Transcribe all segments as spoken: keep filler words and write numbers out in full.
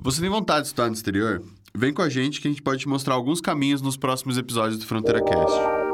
Você tem vontade de estudar no exterior? Vem com a gente que a gente pode te mostrar alguns caminhos nos próximos episódios do Fronteira Cast.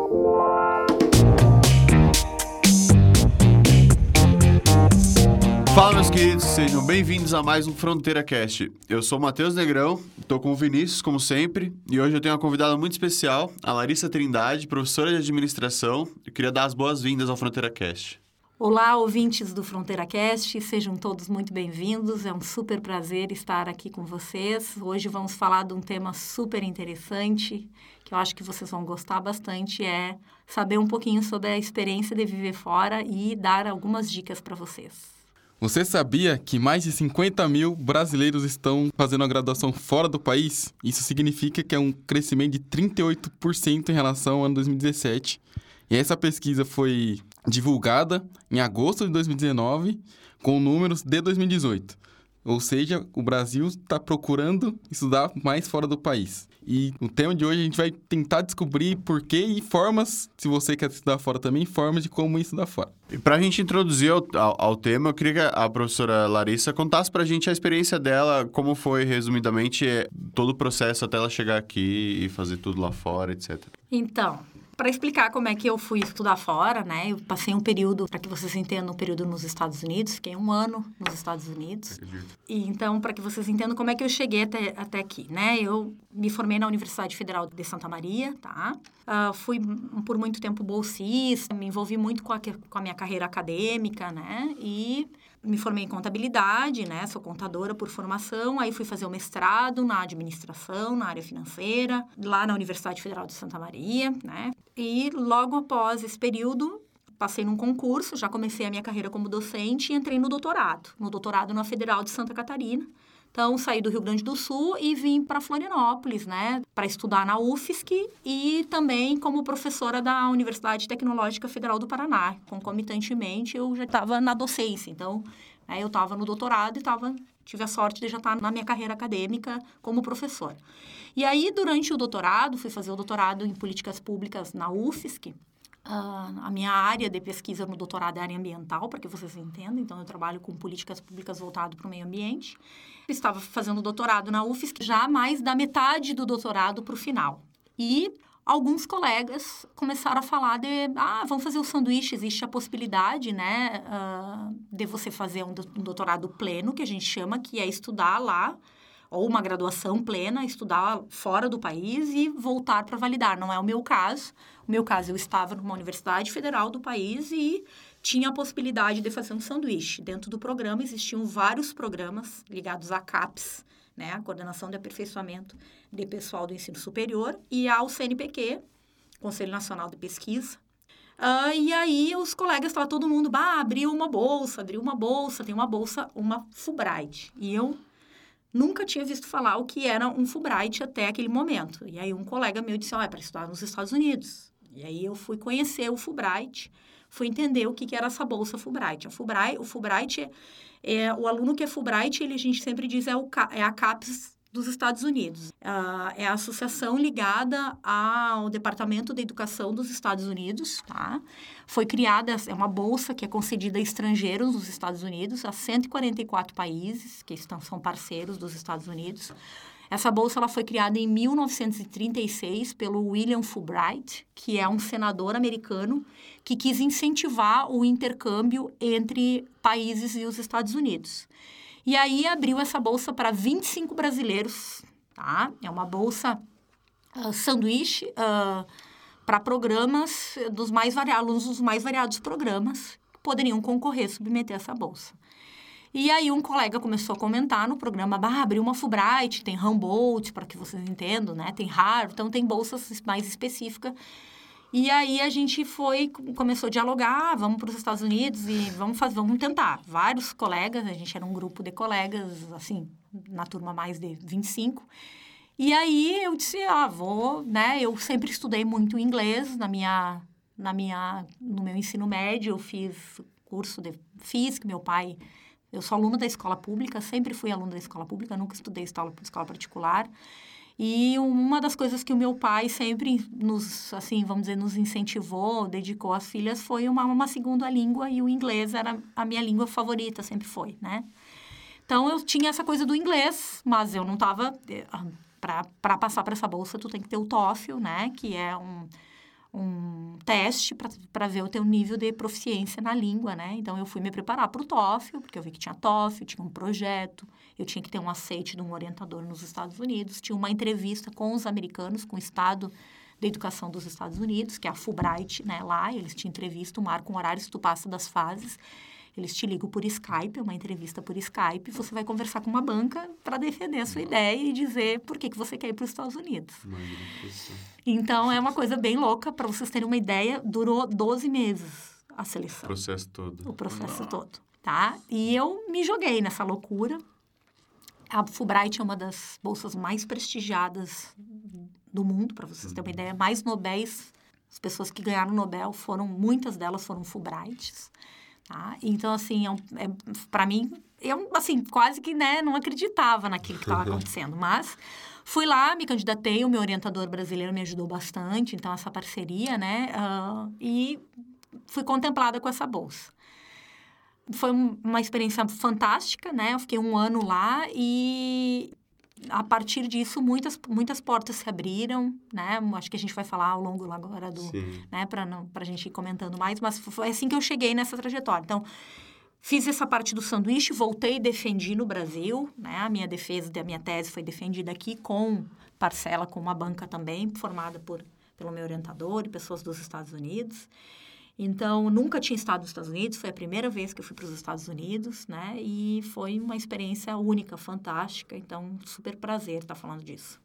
Fala, meus queridos, sejam bem-vindos a mais um Fronteira Cast. Eu sou o Matheus Negrão, estou com o Vinícius, como sempre, e hoje eu tenho uma convidada muito especial, a Larissa Trindade, professora de administração. Eu queria dar as boas-vindas ao Fronteira Cast. Olá, ouvintes do Fronteira Cast, sejam todos muito bem-vindos. É um super prazer estar aqui com vocês. Hoje vamos falar de um tema super interessante, que eu acho que vocês vão gostar bastante, é saber um pouquinho sobre a experiência de viver fora e dar algumas dicas para vocês. Você sabia que mais de cinquenta mil brasileiros estão fazendo a graduação fora do país? Isso significa que é um crescimento de trinta e oito por cento em relação ao ano dois mil e dezessete. E essa pesquisa foi divulgada em agosto de dois mil e dezenove, com números de dois mil e dezoito. Ou seja, o Brasil está procurando estudar mais fora do país. E no tema de hoje a gente vai tentar descobrir por que e formas, se você quer estudar fora também, formas de como estudar fora. E para a gente introduzir ao, ao, ao tema, eu queria que a professora Larissa contasse para a gente a experiência dela, como foi, resumidamente, todo o processo até ela chegar aqui e fazer tudo lá fora, etcétera. Então, para explicar como é que eu fui estudar fora, né? Eu passei um período, para que vocês entendam, um período nos Estados Unidos. Fiquei um ano nos Estados Unidos. Acredito. E então, para que vocês entendam como é que eu cheguei até, até aqui, né? Eu me formei na Universidade Federal de Santa Maria, tá? Uh, fui por muito tempo bolsista, me envolvi muito com a, com a minha carreira acadêmica, né? E me formei em contabilidade, né? Sou contadora por formação. Aí fui fazer o mestrado na administração, na área financeira, lá na Universidade Federal de Santa Maria, né? E logo após esse período, passei num concurso, já comecei a minha carreira como docente e entrei no doutorado, no doutorado na Federal de Santa Catarina. Então, saí do Rio Grande do Sul e vim para Florianópolis, né, para estudar na U F S C e também como professora da Universidade Tecnológica Federal do Paraná. Concomitantemente, eu já estava na docência, então, né, eu estava no doutorado e tava, tive a sorte de já estar na minha carreira acadêmica como professora. E aí, durante o doutorado, fui fazer o doutorado em políticas públicas na U F S C. Uh, a minha área de pesquisa no doutorado é área ambiental, para que vocês entendam. Então, eu trabalho com políticas públicas voltadas para o meio ambiente. Estava fazendo doutorado na U F S C, já mais da metade do doutorado para o final. E alguns colegas começaram a falar de, ah, vamos fazer o sanduíche, existe a possibilidade, né, uh, de você fazer um, um doutorado pleno, que a gente chama, que é estudar lá, ou uma graduação plena, estudar fora do país e voltar para validar. Não é o meu caso. O meu caso, eu estava numa universidade federal do país e tinha a possibilidade de fazer um sanduíche. Dentro do programa existiam vários programas ligados à CAPES, né, a Coordenação de Aperfeiçoamento de Pessoal do Ensino Superior, e ao C N P Q, Conselho Nacional de Pesquisa. Uh, e aí, os colegas, estava todo mundo, bah, abriu uma bolsa, abriu uma bolsa, tem uma bolsa, uma Fulbright. E eu nunca tinha visto falar o que era um Fulbright até aquele momento. E aí, um colega meu disse, ó, oh, é para estudar nos Estados Unidos. E aí, eu fui conhecer o Fulbright, fui entender o que, que era essa bolsa Fulbright. A Fulbright, o Fulbright, é, é, o aluno que é Fulbright, ele, a gente sempre diz, é, o, é a CAPES dos Estados Unidos. Uh, é a associação ligada ao Departamento de Educação dos Estados Unidos, tá? Foi criada, é uma bolsa que é concedida a estrangeiros nos Estados Unidos, a cento e quarenta e quatro países, que estão, são parceiros dos Estados Unidos. Essa bolsa ela foi criada em mil novecentos e trinta e seis pelo William Fulbright, que é um senador americano que quis incentivar o intercâmbio entre países e os Estados Unidos. E aí abriu essa bolsa para vinte e cinco brasileiros, tá? É uma bolsa uh, sanduíche uh, para programas dos mais variados, alunos dos mais variados programas que poderiam concorrer, submeter essa bolsa. E aí um colega começou a comentar no programa, bah, abriu uma Fulbright, tem Humboldt, para que vocês entendam, né? Tem Harvard, então tem bolsas mais específicas. E aí a gente foi, começou a dialogar, ah, vamos para os Estados Unidos e vamos fazer, vamos tentar. Vários colegas, a gente era um grupo de colegas, assim, na turma mais de vinte e cinco. E aí eu disse, ah, vou, né? Eu sempre estudei muito inglês na minha, na minha, no meu ensino médio, eu fiz curso de física, meu pai, eu sou aluna da escola pública, sempre fui aluna da escola pública, nunca estudei escola, escola particular. E uma das coisas que o meu pai sempre nos, assim, vamos dizer, nos incentivou, dedicou às filhas, foi uma, uma segunda língua, e o inglês era a minha língua favorita, sempre foi, né? Então, eu tinha essa coisa do inglês, mas eu não estava... Para passar para essa bolsa, tu tem que ter o TOEFL, né? Que é um, um teste para ver o teu nível de proficiência na língua, né? Então, eu fui me preparar para o TOEFL, porque eu vi que tinha TOEFL, tinha um projeto, eu tinha que ter um aceite de um orientador nos Estados Unidos, tinha uma entrevista com os americanos, com o Estado da Educação dos Estados Unidos, que é a Fulbright, né? Lá, eles te entrevistam, marcam horários, tu passa das fases. Eles te ligam por Skype, é uma entrevista por Skype, você vai conversar com uma banca para defender a sua ideia e dizer por que, que você quer ir para os Estados Unidos. Então, é uma coisa bem louca, para vocês terem uma ideia, durou doze meses a seleção. O processo todo. O processo ah. todo, tá? E eu me joguei nessa loucura. A Fulbright é uma das bolsas mais prestigiadas do mundo, para vocês terem uma ideia. Mais Nobéis, as pessoas que ganharam o Nobel, foram, muitas delas foram Fulbrights. Tá? Então, assim, é, é, para mim, eu, assim, quase que, né, não acreditava naquilo que estava acontecendo. Mas fui lá, me candidatei, o meu orientador brasileiro me ajudou bastante, então, essa parceria, né, uh, e fui contemplada com essa bolsa. Foi uma experiência fantástica, né, eu fiquei um ano lá e... A partir disso, muitas, muitas portas se abriram, né? Acho que a gente vai falar ao longo agora do... Sim. Né? Para a gente ir comentando mais, mas foi assim que eu cheguei nessa trajetória. Então, fiz essa parte do sanduíche, voltei e defendi no Brasil, né? A minha defesa da minha tese foi defendida aqui com parcela, com uma banca também, formada por, pelo meu orientador e pessoas dos Estados Unidos. Então, nunca tinha estado nos Estados Unidos, foi a primeira vez que eu fui para os Estados Unidos, né? E foi uma experiência única, fantástica. Então, super prazer estar falando disso.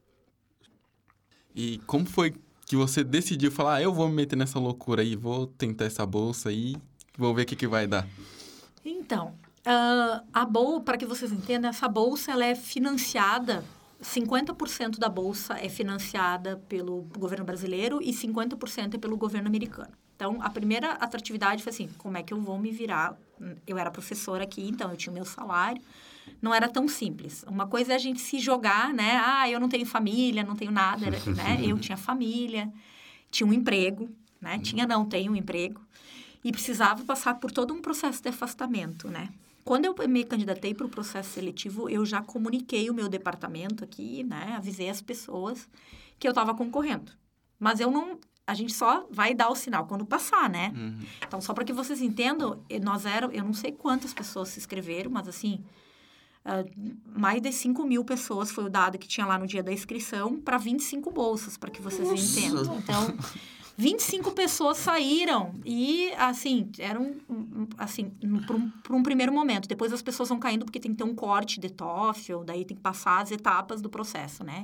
E como foi que você decidiu falar, ah, eu vou me meter nessa loucura aí, vou tentar essa bolsa aí, vou ver o que, que vai dar? Então, uh, a bolsa, para que vocês entendam, essa bolsa ela é financiada, cinquenta por cento da bolsa é financiada pelo governo brasileiro e cinquenta por cento é pelo governo americano. Então, a primeira atratividade foi assim, como é que eu vou me virar? Eu era professora aqui, então eu tinha o meu salário. Não era tão simples. Uma coisa é a gente se jogar, né? Ah, eu não tenho família, não tenho nada, era, né? Eu tinha família, tinha um emprego, né? Tinha, não, tenho um emprego. E precisava passar por todo um processo de afastamento, né? Quando eu me candidatei para o processo seletivo, eu já comuniquei o meu departamento aqui, né? Avisei as pessoas que eu estava concorrendo. Mas eu não... A gente só vai dar o sinal quando passar, né? Uhum. Então, só para que vocês entendam, nós éramos... Eu não sei quantas pessoas se inscreveram, mas, assim... Uh, mais de cinco mil pessoas foi o dado que tinha lá no dia da inscrição para vinte e cinco bolsas, para que vocês Nossa. entendam. Então... vinte e cinco pessoas saíram e, assim, eram, assim, por um, por um primeiro momento. Depois as pessoas vão caindo porque tem que ter um corte de TOEFL, daí tem que passar as etapas do processo, né?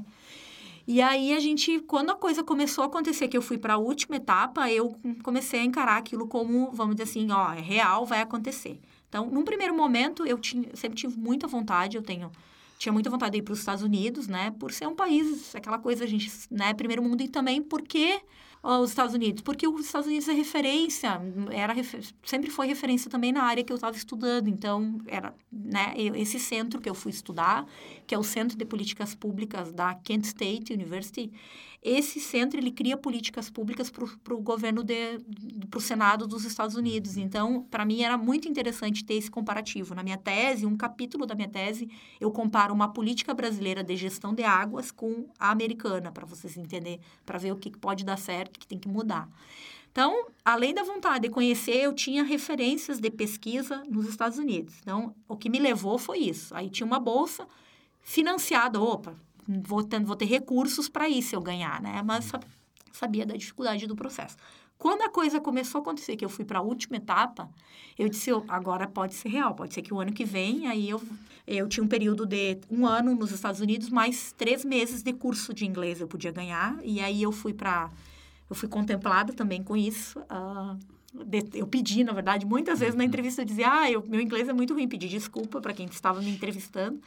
E aí, a gente, quando a coisa começou a acontecer, que eu fui para a última etapa, eu comecei a encarar aquilo como, vamos dizer assim, ó, é real, vai acontecer. Então, num primeiro momento, eu, tinha, eu sempre tive muita vontade, eu tenho... Tinha muita vontade de ir para os Estados Unidos, né? Por ser um país, aquela coisa, a gente, né? Primeiro mundo, e também porque... os Estados Unidos, porque os Estados Unidos é referência, era refer... sempre foi referência também na área que eu estava estudando, então, era, né, esse centro que eu fui estudar, que é o Centro de Políticas Públicas da Kent State University, esse centro, ele cria políticas públicas para o governo, para o Senado dos Estados Unidos, então, para mim, era muito interessante ter esse comparativo. Na minha tese, um capítulo da minha tese, eu comparo uma política brasileira de gestão de águas com a americana, para vocês entenderem, para ver o que pode dar certo, que tem que mudar. Então, além da vontade de conhecer, eu tinha referências de pesquisa nos Estados Unidos. Então, o que me levou foi isso. Aí tinha uma bolsa financiada. Opa, vou ter, vou ter recursos para isso se eu ganhar, né? Mas sabia da dificuldade do processo. Quando a coisa começou a acontecer, que eu fui para a última etapa, eu disse, agora pode ser real, pode ser que o ano que vem, aí eu, eu tinha um período de um ano nos Estados Unidos, mais três meses de curso de inglês eu podia ganhar, e aí eu fui para... Eu fui contemplada também com isso. Uh, de, eu pedi, na verdade, muitas vezes na entrevista eu dizia, ah, eu, meu inglês é muito ruim, pedi desculpa para quem estava me entrevistando,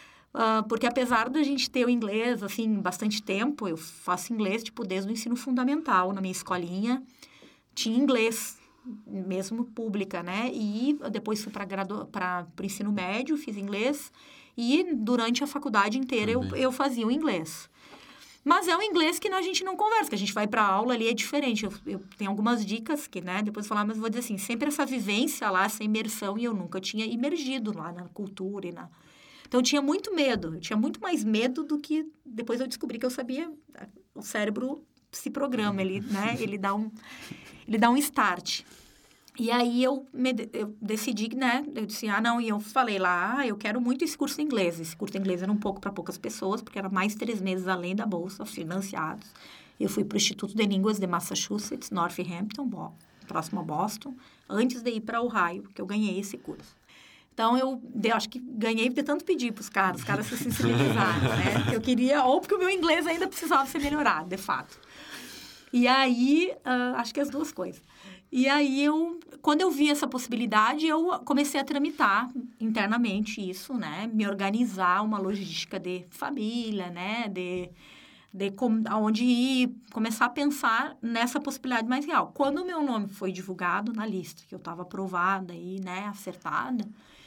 uh, porque apesar da gente ter o inglês, assim, bastante tempo, eu faço inglês, tipo, desde o ensino fundamental, na minha escolinha, tinha inglês, mesmo pública, né? E depois fui para gradu... o ensino médio, fiz inglês, e durante a faculdade inteira eu, eu fazia o inglês. Mas é um inglês que a gente não conversa, que a gente vai para aula ali, é diferente. Eu, eu tenho algumas dicas que, né, depois eu vou falar, mas vou dizer assim, sempre essa vivência lá, essa imersão, e eu nunca tinha imergido lá na cultura e na... Então, eu tinha muito medo. Eu tinha muito mais medo do que... Depois eu descobri que eu sabia... O cérebro se programa, ele, né? Ele dá um, ele dá um start. E aí, eu, me, eu decidi, né? Eu disse, ah, não. E eu falei lá, ah, eu quero muito esse curso de inglês. Esse curso de inglês era um pouco para poucas pessoas, porque era mais três meses além da bolsa, financiados. Eu fui para o Instituto de Línguas de Massachusetts, Northampton, próximo a Boston, antes de ir para Ohio, porque eu ganhei esse curso. Então, eu, eu acho que ganhei de tanto pedir para os caras, os caras se sensibilizaram, né? Eu queria, ou porque o meu inglês ainda precisava ser melhorado, de fato. E aí, uh, acho que as duas coisas. E aí, eu, quando eu vi essa possibilidade, eu comecei a tramitar internamente isso, né? Me organizar uma logística de família, né? De, de com, aonde ir, começar a pensar nessa possibilidade mais real. Quando o meu nome foi divulgado na lista, que eu estava aprovada e, né, acertada,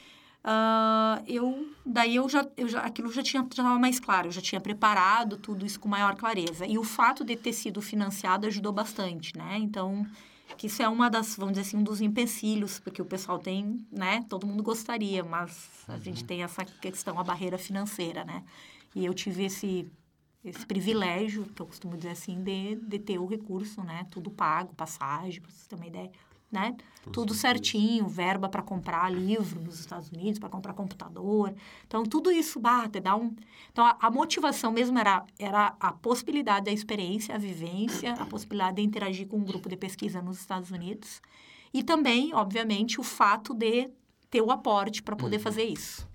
Uh, eu, daí eu já, eu já, aquilo já tinha, já estava mais claro, eu já tinha preparado tudo isso com maior clareza. E o fato de ter sido financiado ajudou bastante, né? Então, que isso é uma das, vamos dizer assim, um dos empecilhos, porque o pessoal tem, né? Todo mundo gostaria, mas a gente tem essa questão, a barreira financeira, né? E eu tive esse, esse privilégio, que eu costumo dizer assim, de, de ter o recurso, né? Tudo pago, passagem, para vocês terem uma ideia. Né? Tudo certinho, verba para comprar livro nos Estados Unidos, para comprar computador. Então, tudo isso bate, dá um... Então, a, a motivação mesmo era, era a possibilidade da experiência, a vivência, a possibilidade de interagir com um grupo de pesquisa nos Estados Unidos. E também, obviamente, o fato de ter o aporte para poder uhum. fazer isso.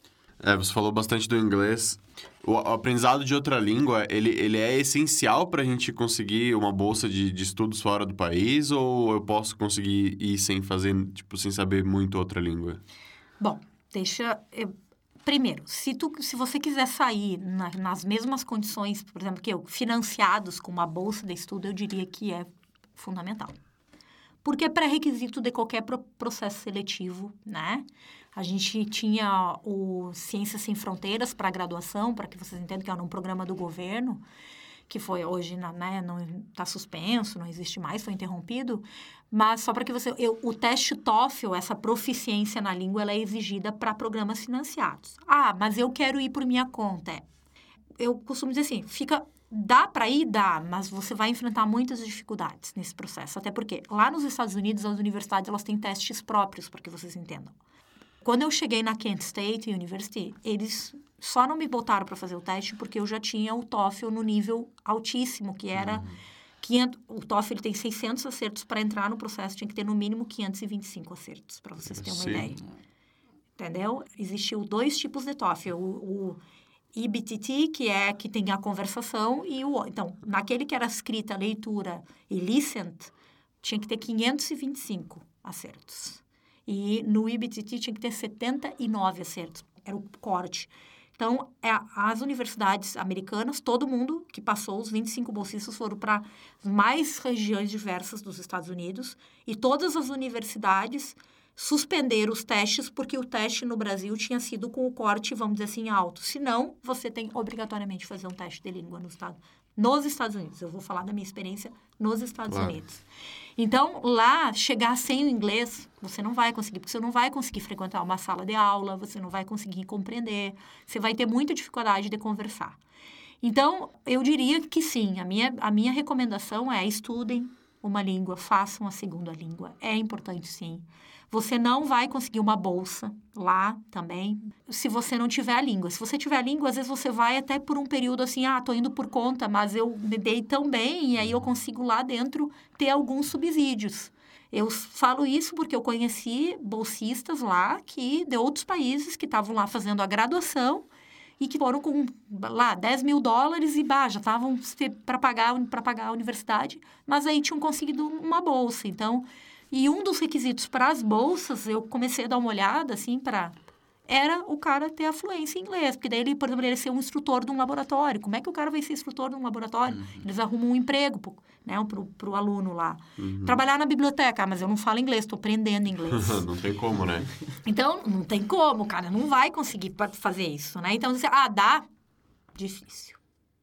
É, você falou bastante do inglês. O, o aprendizado de outra língua, ele, ele é essencial para a gente conseguir uma bolsa de, de estudos fora do país? Ou eu posso conseguir ir sem fazer, tipo, sem saber muito outra língua? Bom, deixa... Eu, primeiro, se, tu, se você quiser sair na, nas mesmas condições, por exemplo, que eu, financiados com uma bolsa de estudo, eu diria que é fundamental. Porque é pré-requisito de qualquer pro, processo seletivo, né? A gente tinha o Ciências Sem Fronteiras para graduação, para que vocês entendam que era um programa do governo, que foi hoje, né, não está suspenso, não existe mais, foi interrompido. Mas só para que você... Eu, o teste TOEFL, essa proficiência na língua, ela é exigida para programas financiados. Ah, mas eu quero ir por minha conta. Eu costumo dizer assim, fica... Dá para ir? Dá, mas você vai enfrentar muitas dificuldades nesse processo. Até porque lá nos Estados Unidos, as universidades elas têm testes próprios, para que vocês entendam. Quando eu cheguei na Kent State University, eles só não me botaram para fazer o teste porque eu já tinha o TOEFL no nível altíssimo, que era... Uhum. quinhentos, o TOEFL ele tem seiscentos acertos para entrar no processo, tinha que ter no mínimo quinhentos e vinte e cinco acertos, para vocês terem uma Sim. ideia. Entendeu? Existiu dois tipos de TOEFL. O... o E B T T, que é que tem a conversação, e o... Então, naquele que era escrita, leitura e listen, tinha que ter quinhentos e vinte e cinco acertos. E no E B T T tinha que ter setenta e nove acertos. Era o corte. Então, é, as universidades americanas, todo mundo que passou, os vinte e cinco bolsistas foram para mais regiões diversas dos Estados Unidos, e todas as universidades... suspenderam os testes, porque o teste no Brasil tinha sido com o corte, vamos dizer assim, alto. Senão, você tem obrigatoriamente fazer um teste de língua no estado, nos Estados Unidos. Eu vou falar da minha experiência nos Estados claro. Unidos. Então, lá, chegar sem o inglês, você não vai conseguir, porque você não vai conseguir frequentar uma sala de aula, você não vai conseguir compreender, você vai ter muita dificuldade de conversar. Então, eu diria que sim, a minha, a minha recomendação é estudem uma língua, façam a segunda língua. É importante, sim. Você não vai conseguir uma bolsa lá também, se você não tiver a língua. Se você tiver a língua, às vezes você vai até por um período assim, ah, tô indo por conta, mas eu me dei tão bem, e aí eu consigo lá dentro ter alguns subsídios. Eu falo isso porque eu conheci bolsistas lá, que, de outros países, que estavam lá fazendo a graduação, e que foram com, lá, dez mil dólares e, bah, já estavam para pagar, para pagar a universidade, mas aí tinham conseguido uma bolsa. Então... E um dos requisitos para as bolsas, eu comecei a dar uma olhada, assim, para... Era o cara ter a fluência em inglês. Porque daí ele, por exemplo, ele ser um instrutor de um laboratório. Como é que o cara vai ser instrutor de um laboratório? Uhum. Eles arrumam um emprego, né, para o aluno lá. Uhum. Trabalhar na biblioteca, ah, mas eu não falo inglês, estou aprendendo inglês. Não tem como, né? Então, não tem como, cara. Não vai conseguir fazer isso, né? Então, você, ah, dá? Difícil.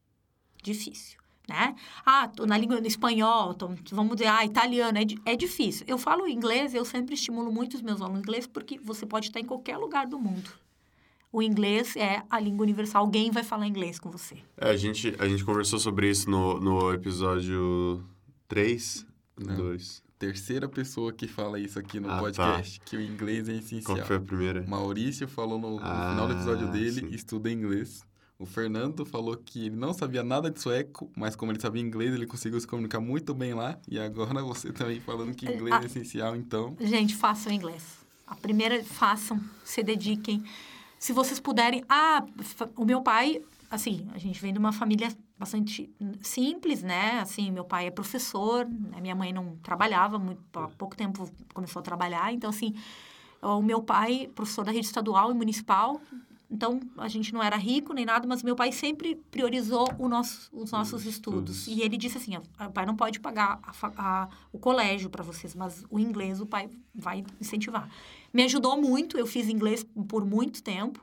Difícil. Né? Ah, tô na língua do espanhol, tô, vamos dizer, ah, italiano, é, é difícil. Eu falo inglês, eu sempre estimulo muito os meus alunos inglês, porque você pode estar em qualquer lugar do mundo. O inglês é a língua universal. Alguém vai falar inglês com você. É, a gente, a gente conversou sobre isso no, no episódio três, Não. dois. Terceira pessoa que fala isso aqui no Ah, podcast, tá. que o inglês é essencial. Qual foi a primeira? Maurício falou no, no ah, final do episódio dele, sim. estuda inglês. O Fernando falou que ele não sabia nada de sueco, mas como ele sabia inglês, ele conseguiu se comunicar muito bem lá. E agora você também falando que inglês ah, é essencial, então... Gente, façam inglês. A primeira, façam, se dediquem. Se vocês puderem... Ah, o meu pai, assim, a gente vem de uma família bastante simples, né? Assim, meu pai é professor, né? Minha mãe não trabalhava, muito, há pouco tempo começou a trabalhar. Então, assim, o meu pai, professor da rede estadual e municipal... Então, a gente não era rico nem nada, mas meu pai sempre priorizou o nosso, os nossos estudos. E ele disse assim, o pai não pode pagar a, a, o colégio para vocês, mas o inglês o pai vai incentivar. Me ajudou muito, eu fiz inglês por muito tempo.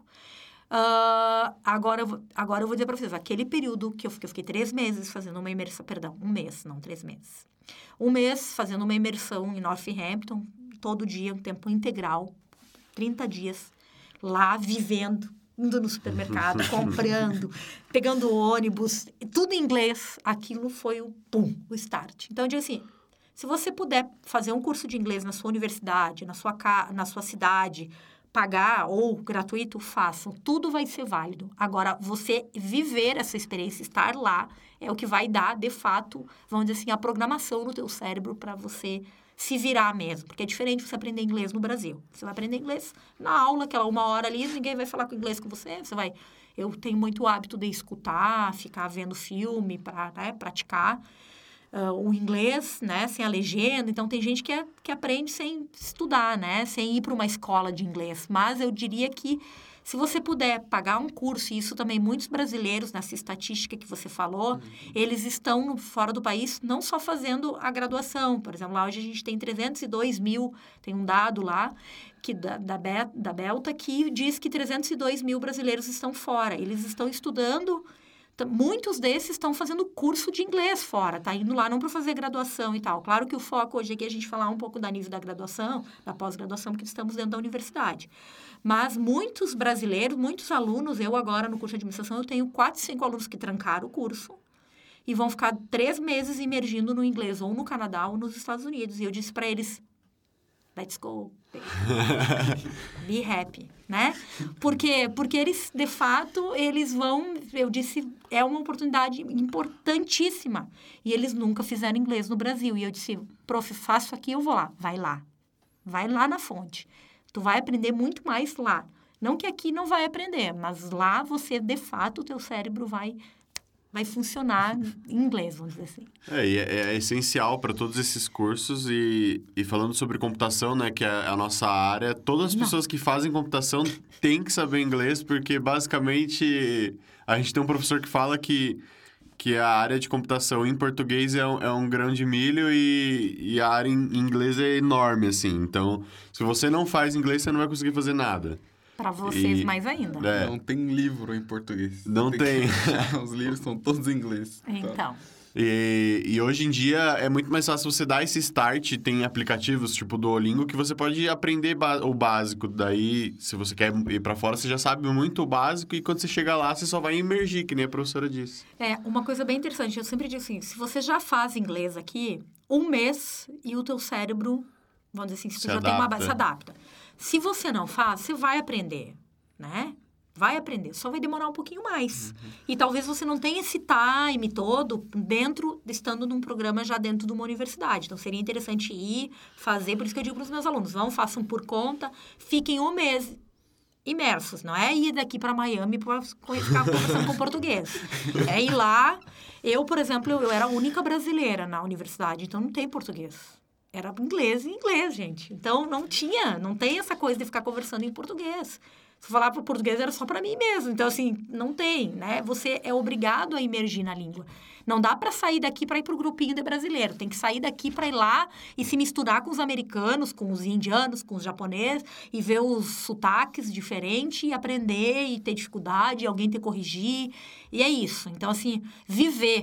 Uh, agora, agora eu vou dizer para vocês, aquele período que eu, que eu fiquei três meses fazendo uma imersão, perdão, um mês, não três meses. Um mês fazendo uma imersão em Northampton, todo dia, um tempo integral, trinta dias, lá vivendo, indo no supermercado, comprando, pegando ônibus, tudo em inglês. Aquilo foi o pum, o start. Então, eu digo assim, se você puder fazer um curso de inglês na sua universidade, na sua, ca... na sua cidade, pagar ou gratuito, façam. Tudo vai ser válido. Agora, você viver essa experiência, estar lá, é o que vai dar, de fato, vamos dizer assim, a programação no teu cérebro para você se virar mesmo. Porque é diferente você aprender inglês no Brasil. Você vai aprender inglês na aula, aquela uma hora ali, ninguém vai falar com inglês com você. Você vai... Eu tenho muito hábito de escutar, ficar vendo filme para, né, praticar uh, o inglês, né, sem a legenda. Então, tem gente que, é, que aprende sem estudar, né, sem ir para uma escola de inglês. Mas eu diria que se você puder pagar um curso, e isso também muitos brasileiros, nessa estatística que você falou, uhum. eles estão no, fora do país não só fazendo a graduação. Por exemplo, lá hoje a gente tem trezentos e dois mil, tem um dado lá que, da, da, Be, da Belta que diz que trezentos e dois mil brasileiros estão fora. Eles estão estudando, t- muitos desses estão fazendo curso de inglês fora, tá indo lá não para fazer graduação e tal. Claro que o foco hoje aqui é a gente falar um pouco da nível da graduação, da pós-graduação, porque estamos dentro da universidade. Mas muitos brasileiros, muitos alunos, eu agora no curso de administração, eu tenho quatro, cinco alunos que trancaram o curso e vão ficar três meses imergindo no inglês, ou no Canadá, ou nos Estados Unidos. E eu disse para eles, let's go, be happy, né? Porque, porque eles, de fato, eles vão, eu disse, é uma oportunidade importantíssima. E eles nunca fizeram inglês no Brasil. E eu disse, prof, faço aqui, eu vou lá. Vai lá. Vai lá na fonte. Tu vai aprender muito mais lá. Não que aqui não vai aprender, mas lá você, de fato, o teu cérebro vai, vai funcionar em inglês, vamos dizer assim. É, e é, é essencial para todos esses cursos. E, e falando sobre computação, né, que é a nossa área, todas as não. pessoas que fazem computação têm que saber inglês, porque, basicamente, a gente tem um professor que fala que... que a área de computação em português é um, é um grão de milho e, e a área em inglês é enorme, assim. Então, se você não faz inglês, você não vai conseguir fazer nada. Para vocês, e, mais ainda. É. Não tem livro em português. Não tem. tem. Os livros são todos em inglês. Então... Tá. E, e hoje em dia é muito mais fácil você dar esse start. Tem aplicativos tipo Duolingo que você pode aprender ba- o básico. Daí, se você quer ir para fora, você já sabe muito o básico. E quando você chegar lá, você só vai emergir, que nem a professora disse. É, uma coisa bem interessante. Eu sempre digo assim, se você já faz inglês aqui, um mês e o teu cérebro, vamos dizer assim, se tu se já adapta. tem uma base, se adapta. Se você não faz, você vai aprender, né? Vai aprender, só vai demorar um pouquinho mais. Uhum. E talvez você não tenha esse time todo dentro, estando num programa já dentro de uma universidade. Então, seria interessante ir, fazer. Por isso que eu digo para os meus alunos, vão, façam por conta, fiquem um mês imersos. Não é ir daqui para Miami para ficar conversando com português. É ir lá. Eu, por exemplo, eu, eu era a única brasileira na universidade, então não tem português. Era inglês e inglês, gente. Então, não tinha, não tem essa coisa de ficar conversando em português. Se falar para o português, era só para mim mesmo. Então, assim, não tem, né? Você é obrigado a imergir na língua. Não dá para sair daqui para ir para o grupinho de brasileiro. Tem que sair daqui para ir lá e se misturar com os americanos, com os indianos, com os japoneses, e ver os sotaques diferentes, e aprender, e ter dificuldade, e alguém te corrigir. E é isso. Então, assim, viver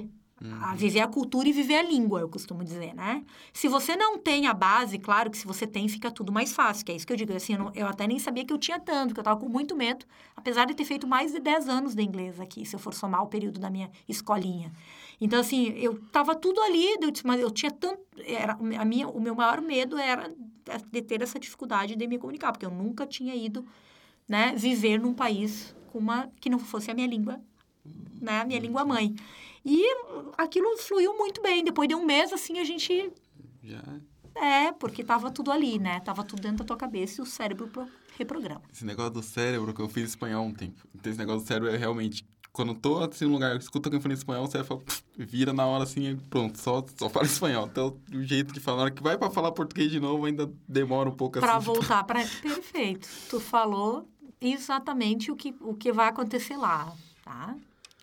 Uhum. A viver a cultura e viver a língua, eu costumo dizer, né? Se você não tem a base, claro que se você tem, fica tudo mais fácil, que é isso que eu digo. Assim, eu, não, eu até nem sabia que eu tinha tanto, que eu tava com muito medo, apesar de ter feito mais de dez anos de inglês aqui, se eu for somar o período da minha escolinha. Então, assim, eu tava tudo ali, eu, mas eu tinha tanto... Era, a minha, o meu maior medo era de ter essa dificuldade de me comunicar, porque eu nunca tinha ido, né, viver num país com uma, que não fosse a minha língua, né, a minha língua mãe. E aquilo fluiu muito bem. Depois de um mês, assim, a gente... Já... É, porque tava tudo ali, né? Tava tudo dentro da tua cabeça e o cérebro reprograma. Esse negócio do cérebro, que eu fiz espanhol um tempo. Então, esse negócio do cérebro é realmente... Quando eu tô, assim, num lugar, escuta alguém falando espanhol, você fala, vira na hora, assim, e pronto, só, só fala espanhol. Então, o jeito de falar, na hora que vai pra falar português de novo, ainda demora um pouco, pra assim. Pra voltar pra... Perfeito. Tu falou exatamente o que, o que vai acontecer lá, tá?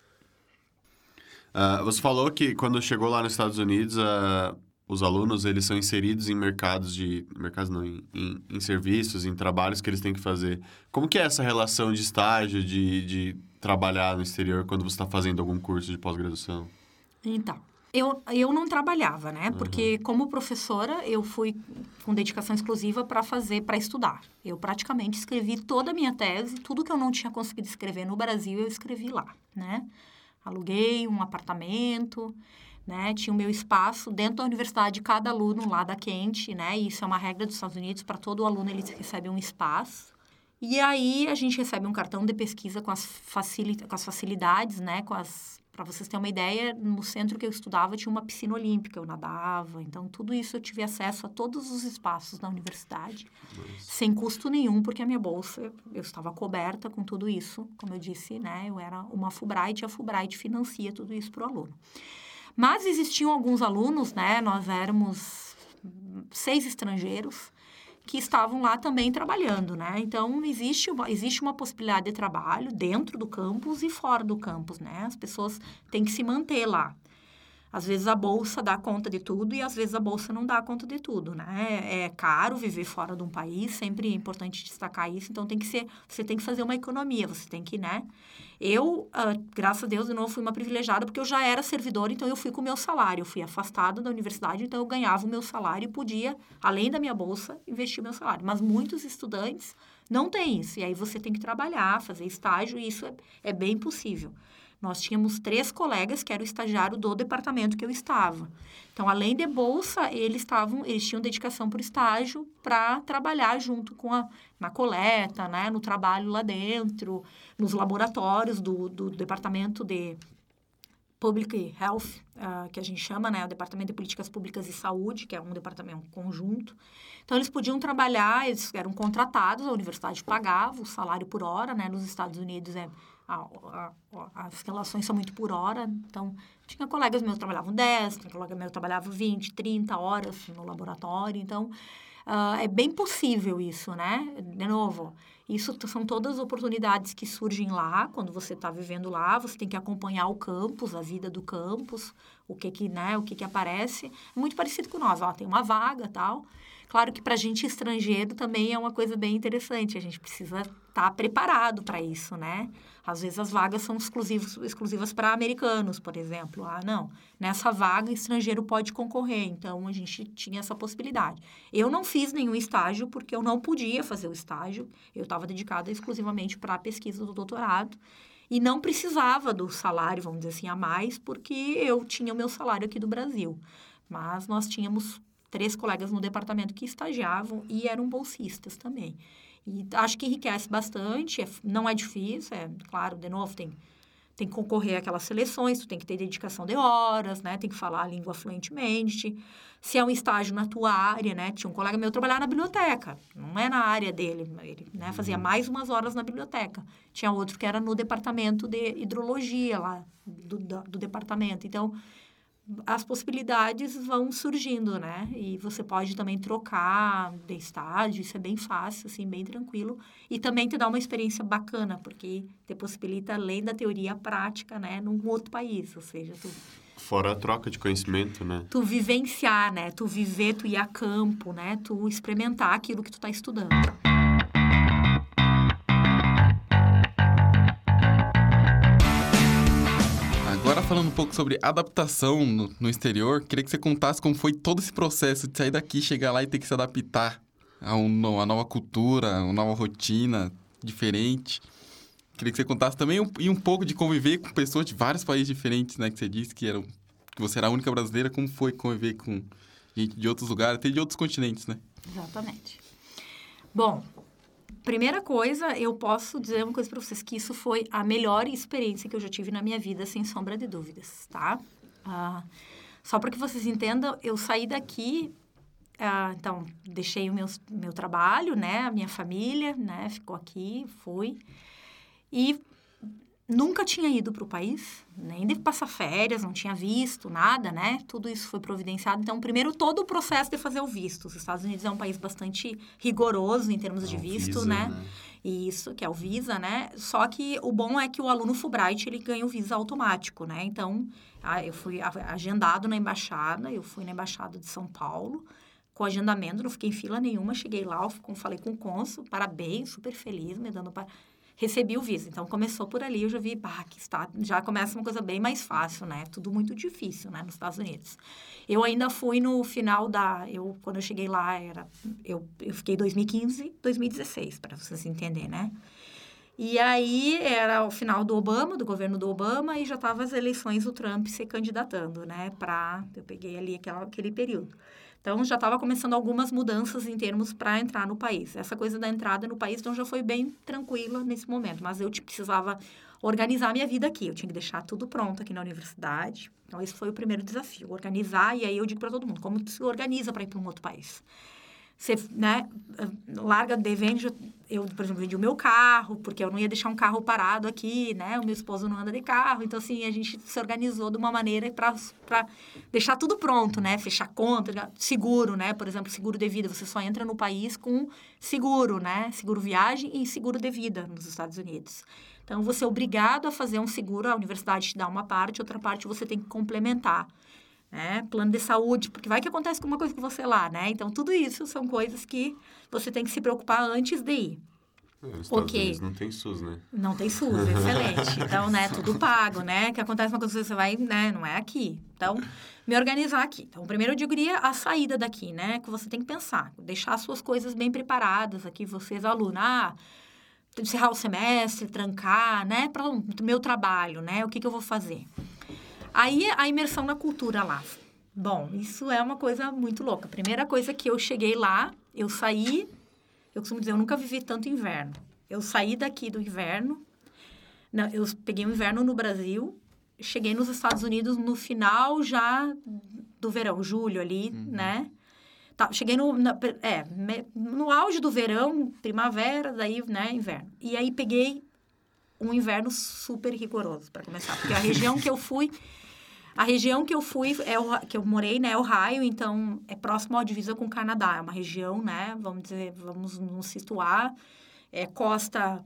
Uh, você falou que quando chegou lá nos Estados Unidos, uh, os alunos, eles são inseridos em mercados de... Mercados não, em, em, em serviços, em trabalhos que eles têm que fazer. Como que é essa relação de estágio, de, de trabalhar no exterior, quando você está fazendo algum curso de pós-graduação? Então, eu, eu não trabalhava, né? Porque uhum. como professora, eu fui com dedicação exclusiva para fazer, para estudar. Eu praticamente escrevi toda a minha tese, tudo que eu não tinha conseguido escrever no Brasil, eu escrevi lá, né? Aluguei um apartamento, né? Tinha o meu espaço dentro da universidade, cada aluno lá da Kent, né? E isso é uma regra dos Estados Unidos, para todo aluno eles recebem um espaço. E aí a gente recebe um cartão de pesquisa com as, facil... com as facilidades, né? Com as... Para vocês terem uma ideia, no centro que eu estudava tinha uma piscina olímpica, eu nadava. Então, tudo isso eu tive acesso a todos os espaços da universidade, Nossa. sem custo nenhum, porque a minha bolsa, eu estava coberta com tudo isso. Como eu disse, né, eu era uma Fulbright e a Fulbright financia tudo isso para o aluno. Mas existiam alguns alunos, né, nós éramos seis estrangeiros, que estavam lá também trabalhando, né? Então, existe uma, existe uma possibilidade de trabalho dentro do campus e fora do campus, né? As pessoas têm que se manter lá. Às vezes, a bolsa dá conta de tudo e, às vezes, a bolsa não dá conta de tudo, né? É caro viver fora de um país, sempre é importante destacar isso. Então, tem que ser, você tem que fazer uma economia, você tem que, né? Eu, uh, graças a Deus, de novo, fui uma privilegiada, porque eu já era servidora, então eu fui com o meu salário. Eu fui afastada da universidade, então eu ganhava o meu salário e podia, além da minha bolsa, investir o meu salário. Mas muitos estudantes não têm isso. E aí você tem que trabalhar, fazer estágio, e isso é, é bem possível. Nós tínhamos três colegas que eram estagiário do departamento que eu estava. Então, além de bolsa, eles, tavam, eles tinham dedicação por estágio para trabalhar junto com a, na coleta, né, no trabalho lá dentro, nos laboratórios do, do departamento de Public Health, uh, que a gente chama, né, o Departamento de Políticas Públicas e Saúde, que é um departamento conjunto. Então, eles podiam trabalhar, eles eram contratados, a universidade pagava o salário por hora, né, nos Estados Unidos é... A, a, a, as relações são muito por hora, então, tinha colegas meus que trabalhavam dez, tinha colega meu que trabalhava vinte, trinta horas no laboratório, então, uh, é bem possível isso, né? De novo, isso são todas as oportunidades que surgem lá, quando você está vivendo lá, você tem que acompanhar o campus, a vida do campus, o que que, né, o que que aparece, é muito parecido com nós, ó, tem uma vaga e tal. Claro que para a gente estrangeiro também é uma coisa bem interessante, a gente precisa estar preparado para isso, né? Às vezes as vagas são exclusivos, exclusivas para americanos, por exemplo. Ah, não, nessa vaga estrangeiro pode concorrer, então a gente tinha essa possibilidade. Eu não fiz nenhum estágio porque eu não podia fazer o estágio, eu estava dedicada exclusivamente para a pesquisa do doutorado e não precisava do salário, vamos dizer assim, a mais, porque eu tinha o meu salário aqui do Brasil. Mas nós tínhamos três colegas no departamento que estagiavam e eram bolsistas também. E acho que enriquece bastante, é, não é difícil, é claro, de novo, tem, tem que concorrer àquelas seleções, tu tem que ter dedicação de horas, né? Tem que falar a língua fluentemente. Se é um estágio na tua área, né? Tinha um colega meu que trabalhava na biblioteca, não é na área dele, ele, né, fazia mais umas horas na biblioteca. Tinha outro que era no departamento de hidrologia lá, do, do, do departamento. Então, as possibilidades vão surgindo, né? E você pode também trocar de estágio, isso é bem fácil, assim, bem tranquilo. E também te dá uma experiência bacana, porque te possibilita, além da teoria, a prática, né? Num outro país, ou seja, tu... Fora a troca de conhecimento, né? Tu vivenciar, né? Tu viver, tu ir a campo, né? Tu experimentar aquilo que tu tá estudando. falando um pouco sobre adaptação no, no exterior, queria que você contasse como foi todo esse processo de sair daqui, chegar lá e ter que se adaptar a um, uma nova cultura, uma nova rotina diferente. Queria que você contasse também um, e um pouco de conviver com pessoas de vários países diferentes, né? Que você disse que, eram, que você era a única brasileira. Como foi conviver com gente de outros lugares, até de outros continentes, né? Exatamente. Bom, primeira coisa, eu posso dizer uma coisa para vocês, que isso foi a melhor experiência que eu já tive na minha vida, sem sombra de dúvidas, tá? Ah, só para que vocês entendam, eu saí daqui... Ah, então, deixei o meu, meu trabalho, né? A minha família, né? Ficou aqui, fui. E nunca tinha ido para o país, nem de passar férias, não tinha visto nada, né? Tudo isso foi providenciado. Então, primeiro, todo o processo de fazer o visto. Os Estados Unidos é um país bastante rigoroso em termos de visto, visa, né? né? Isso, que é o Visa, né? Só que o bom é que o aluno Fulbright, ele ganha o Visa automático, né? Então, eu fui agendado na embaixada, eu fui na embaixada de São Paulo, com agendamento, não fiquei em fila nenhuma, cheguei lá, eu falei com o cônsul, parabéns, super feliz, me dando para... Recebi o visto. Então, começou por ali, eu já vi, pá, que está... já começa uma coisa bem mais fácil, né? Tudo muito difícil, né, nos Estados Unidos. Eu ainda fui no final da... Eu, quando eu cheguei lá, era... Eu, eu fiquei dois mil e quinze, dois mil e dezesseis, para vocês entenderem, né? E aí, era o final do Obama, do governo do Obama, e já estava as eleições do Trump se candidatando, né? Pra... Eu peguei ali aquela, aquele período. Então, já estava começando algumas mudanças em termos para entrar no país. Essa coisa da entrada no país, então, já foi bem tranquila nesse momento. Mas eu precisava organizar a minha vida aqui. Eu tinha que deixar tudo pronto aqui na universidade. Então, esse foi o primeiro desafio, organizar. E aí, eu digo para todo mundo, como se organiza para ir para um outro país? Você, né, larga de vende, eu, por exemplo, vendi o meu carro, porque eu não ia deixar um carro parado aqui, né? O meu esposo não anda de carro. Então, assim, a gente se organizou de uma maneira para deixar tudo pronto, né? Fechar conta, seguro, né? Por exemplo, seguro de vida. Você só entra no país com seguro, né? Seguro viagem e seguro de vida nos Estados Unidos. Então, você é obrigado a fazer um seguro, a universidade te dá uma parte, outra parte você tem que complementar. Né? Plano de saúde, porque vai que acontece alguma coisa com você lá, né? Então, tudo isso são coisas que você tem que se preocupar antes de ir. É, os Estados okay. Unidos não tem SUS, né? Não tem SUS, excelente. Então, né, tudo pago, né? Que acontece uma coisa, você vai, né, não é aqui. Então, me organizar aqui. Então, primeiro eu diria a saída daqui, né? Que você tem que pensar, deixar as suas coisas bem preparadas aqui, vocês, alunos. Ah, encerrar o semestre, trancar, né? Para o meu trabalho, né? O que, que eu vou fazer? Aí, a imersão na cultura lá. Bom, isso é uma coisa muito louca. A primeira coisa que eu cheguei lá, eu saí... Eu costumo dizer, eu nunca vivi tanto inverno. Eu saí daqui do inverno... Não, eu peguei o um inverno no Brasil, cheguei nos Estados Unidos no final já do verão, julho ali, uhum. né? Tá, cheguei no... Na, é, no auge do verão, primavera, daí, né, inverno. E aí, peguei um inverno super rigoroso, para começar. Porque a região que eu fui... A região que eu fui, é o, que eu morei, né, é Ohio, então é próximo à divisa com o Canadá. É uma região, né, vamos dizer, vamos nos situar, é costa,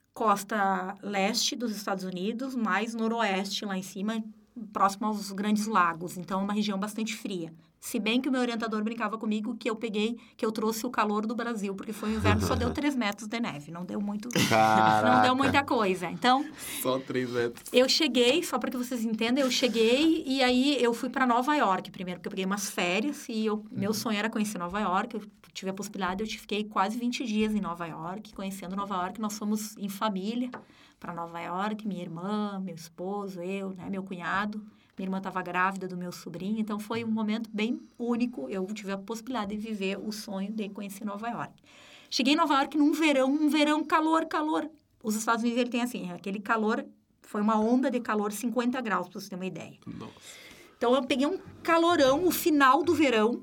costa leste dos Estados Unidos, mais noroeste lá em cima, próximo aos grandes lagos. Então, é uma região bastante fria. Se bem que o meu orientador brincava comigo que eu peguei, que eu trouxe o calor do Brasil, porque foi um inverno só deu três metros de neve, não deu muito, Caraca. não deu muita coisa. Então, só três metros. Eu cheguei, só para que vocês entendam, eu cheguei e aí eu fui para Nova York primeiro, porque eu peguei umas férias e eu, meu sonho era conhecer Nova York. Eu tive a possibilidade, eu fiquei quase vinte dias em Nova York, conhecendo Nova York. Nós fomos em família para Nova York, minha irmã, meu esposo, eu, né, meu cunhado. Minha irmã estava grávida do meu sobrinho, então foi um momento bem único. Eu tive a possibilidade de viver o sonho de conhecer Nova York. Cheguei em Nova York num verão, um verão, calor, calor. Os Estados Unidos, ele tem assim, aquele calor, foi uma onda de calor, cinquenta graus, para você ter uma ideia. Nossa. Então, eu peguei um calorão, o final do verão,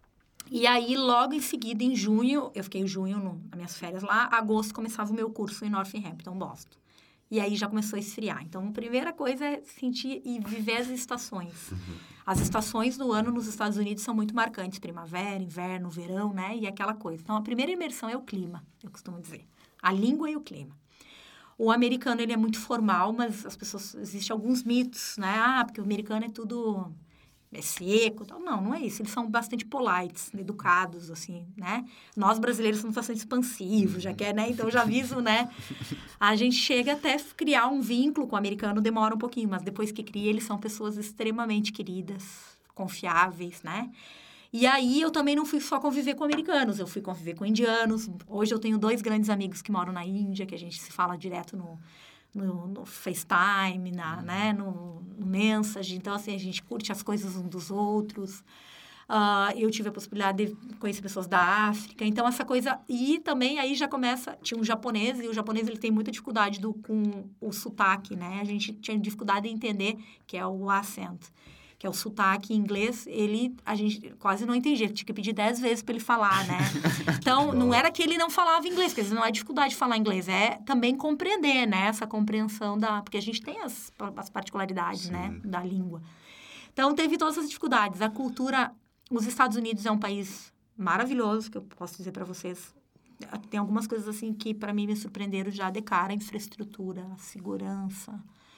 e aí, logo em seguida, em junho, eu fiquei em junho no, nas minhas férias lá, agosto começava o meu curso em Northampton, Boston. E aí já começou a esfriar. Então, a primeira coisa é sentir e viver as estações. Uhum. As estações do ano nos Estados Unidos são muito marcantes. Primavera, inverno, verão, né? E aquela coisa. Então, a primeira imersão é o clima, eu costumo dizer. A língua e o clima. O americano, ele é muito formal, mas as pessoas... Existem alguns mitos, né? Ah, porque o americano é tudo... é seco, tal. Não, não é isso. Eles são bastante polites, educados, assim, né? Nós, brasileiros, somos bastante expansivos, já quer, né? Então, já aviso, né? A gente chega até criar um vínculo com o americano, demora um pouquinho, mas depois que cria, eles são pessoas extremamente queridas, confiáveis, né? E aí, eu também não fui só conviver com americanos, eu fui conviver com indianos. Hoje, eu tenho dois grandes amigos que moram na Índia, que a gente se fala direto no... No, no FaceTime, na, uhum. né, no, no Message. Então, assim, a gente curte as coisas uns dos outros. Uh, eu tive a possibilidade de conhecer pessoas da África. Então, essa coisa... E também, aí já começa... Tinha um japonês, e o japonês, ele tem muita dificuldade do, com o sotaque, né? A gente tinha dificuldade em entender, que é o accent, que é o sotaque em inglês, ele, a gente quase não entendia, tinha que pedir dez vezes para ele falar, né? Então, não era que ele não falava inglês, porque não é dificuldade de falar inglês, é também compreender, né? Essa compreensão da... Porque a gente tem as, as particularidades, Sim. né? Da língua. Então, teve todas as dificuldades. A cultura... Os Estados Unidos é um país maravilhoso, que eu posso dizer para vocês. Tem algumas coisas, assim, que para mim me surpreenderam já de cara. A infraestrutura, a segurança,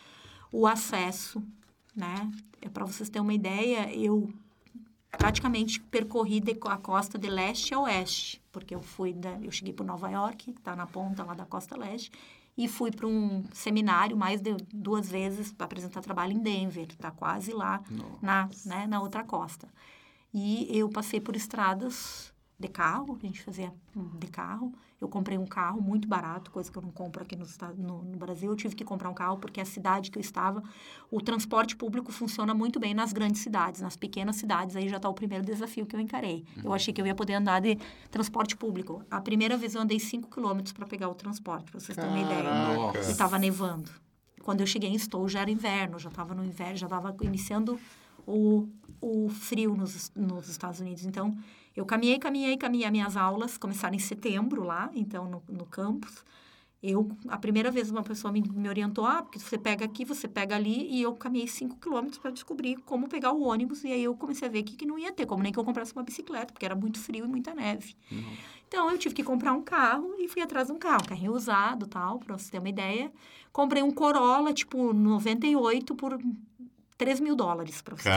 o acesso... Né? É, para vocês terem uma ideia, eu praticamente percorri de, a costa de leste a oeste, porque eu fui da, eu cheguei por Nova York, que está na ponta lá da costa leste, e fui para um seminário mais de duas vezes para apresentar trabalho em Denver, está quase lá na, né, na outra costa. E eu passei por estradas de carro, a gente fazia de carro. Eu comprei um carro muito barato, coisa que eu não compro aqui no, no, no Brasil. Eu tive que comprar um carro porque a cidade que eu estava, o transporte público funciona muito bem nas grandes cidades. Nas pequenas cidades, aí já está o primeiro desafio que eu encarei. Uhum. Eu achei que eu ia poder andar de transporte público. A primeira vez eu andei cinco quilômetros para pegar o transporte, para vocês terem uma ideia. E estava nevando. Quando eu cheguei em Stowe, já era inverno, já estava no inverno, já estava iniciando o, o frio nos, nos Estados Unidos. Então, eu caminhei, caminhei, caminhei. Minhas aulas começaram em setembro lá, então, no, no campus. Eu, a primeira vez, uma pessoa me, me orientou, ah, porque você pega aqui, você pega ali, e eu caminhei cinco quilômetros para descobrir como pegar o ônibus, e aí eu comecei a ver que, que não ia ter, como nem que eu comprasse uma bicicleta, porque era muito frio e muita neve. Uhum. Então, eu tive que comprar um carro e fui atrás de um carro, um carrinho usado, tal, para você ter uma ideia. Comprei um Corolla, tipo, noventa e oito por... três mil dólares, para vocês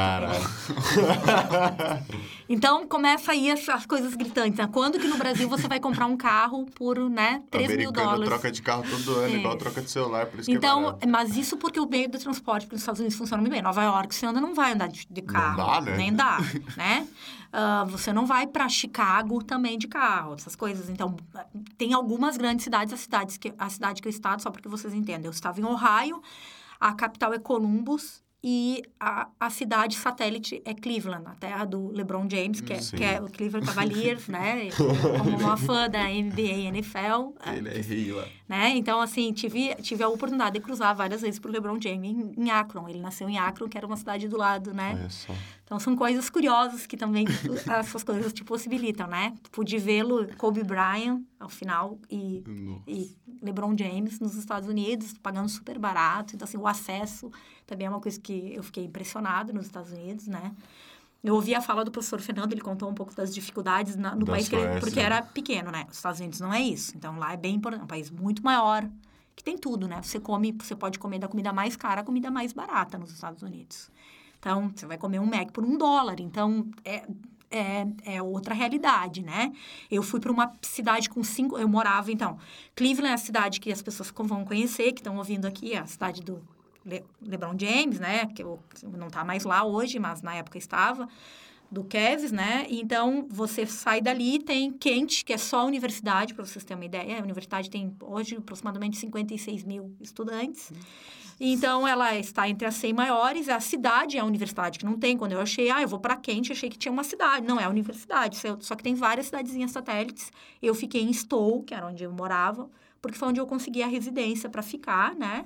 terem. Então, começa aí as, as coisas gritantes. Né? Quando que no Brasil você vai comprar um carro por, né, três mil dólares? Troca de carro todo ano, é. igual troca de celular, por isso então, que é barato. Mas isso porque o meio do transporte nos Estados Unidos funciona muito bem. Nova York, você anda, não vai andar de, de carro. Não dá, né? Nem dá, né? Uh, você não vai para Chicago também de carro, essas coisas. Então, tem algumas grandes cidades, as cidades que, a cidade que eu estava, só para que vocês entendam. Eu estava em Ohio, a capital é Columbus, e a, a cidade satélite é Cleveland, a terra do LeBron James, que é, que é o Cleveland Cavaliers, né? Como uma fã da N B A e N F L. Ele é rei lá. Né? Então, assim, tive, tive a oportunidade de cruzar várias vezes pro LeBron James em, em Akron. Ele nasceu em Akron, que era uma cidade do lado, né? Olha só. Então, são coisas curiosas que também essas coisas te possibilitam, né? Pude vê-lo, Kobe Bryant, ao final, e, e LeBron James nos Estados Unidos, pagando super barato. Então, assim, o acesso também é uma coisa que eu fiquei impressionado nos Estados Unidos, né? Eu ouvi a fala do professor Fernando, ele contou um pouco das dificuldades na, no da país, que ele, porque era pequeno, né? Os Estados Unidos não é isso. Então, lá é bem importante, é um país muito maior, que tem tudo, né? Você come, você pode comer da comida mais cara à comida mais barata nos Estados Unidos. Então, você vai comer um Mac por um dólar. Então, é, é, é outra realidade, né? Eu fui para uma cidade com cinco... Eu morava, então... Cleveland é a cidade que as pessoas vão conhecer, que estão ouvindo aqui, é a cidade do Le, LeBron James, né? Que eu, não está mais lá hoje, mas na época estava. Do Cavs, né? Então, você sai dali, tem Kent, que é só a universidade, para vocês terem uma ideia. A universidade tem, hoje, aproximadamente cinquenta e seis mil estudantes. Então, ela está entre as cem maiores. A cidade é a universidade, que não tem. Quando eu achei, ah, eu vou para Kent, achei que tinha uma cidade. Não, é a universidade. Só que tem várias cidadezinhas satélites. Eu fiquei em Stowe, que era onde eu morava, porque foi onde eu consegui a residência para ficar, né?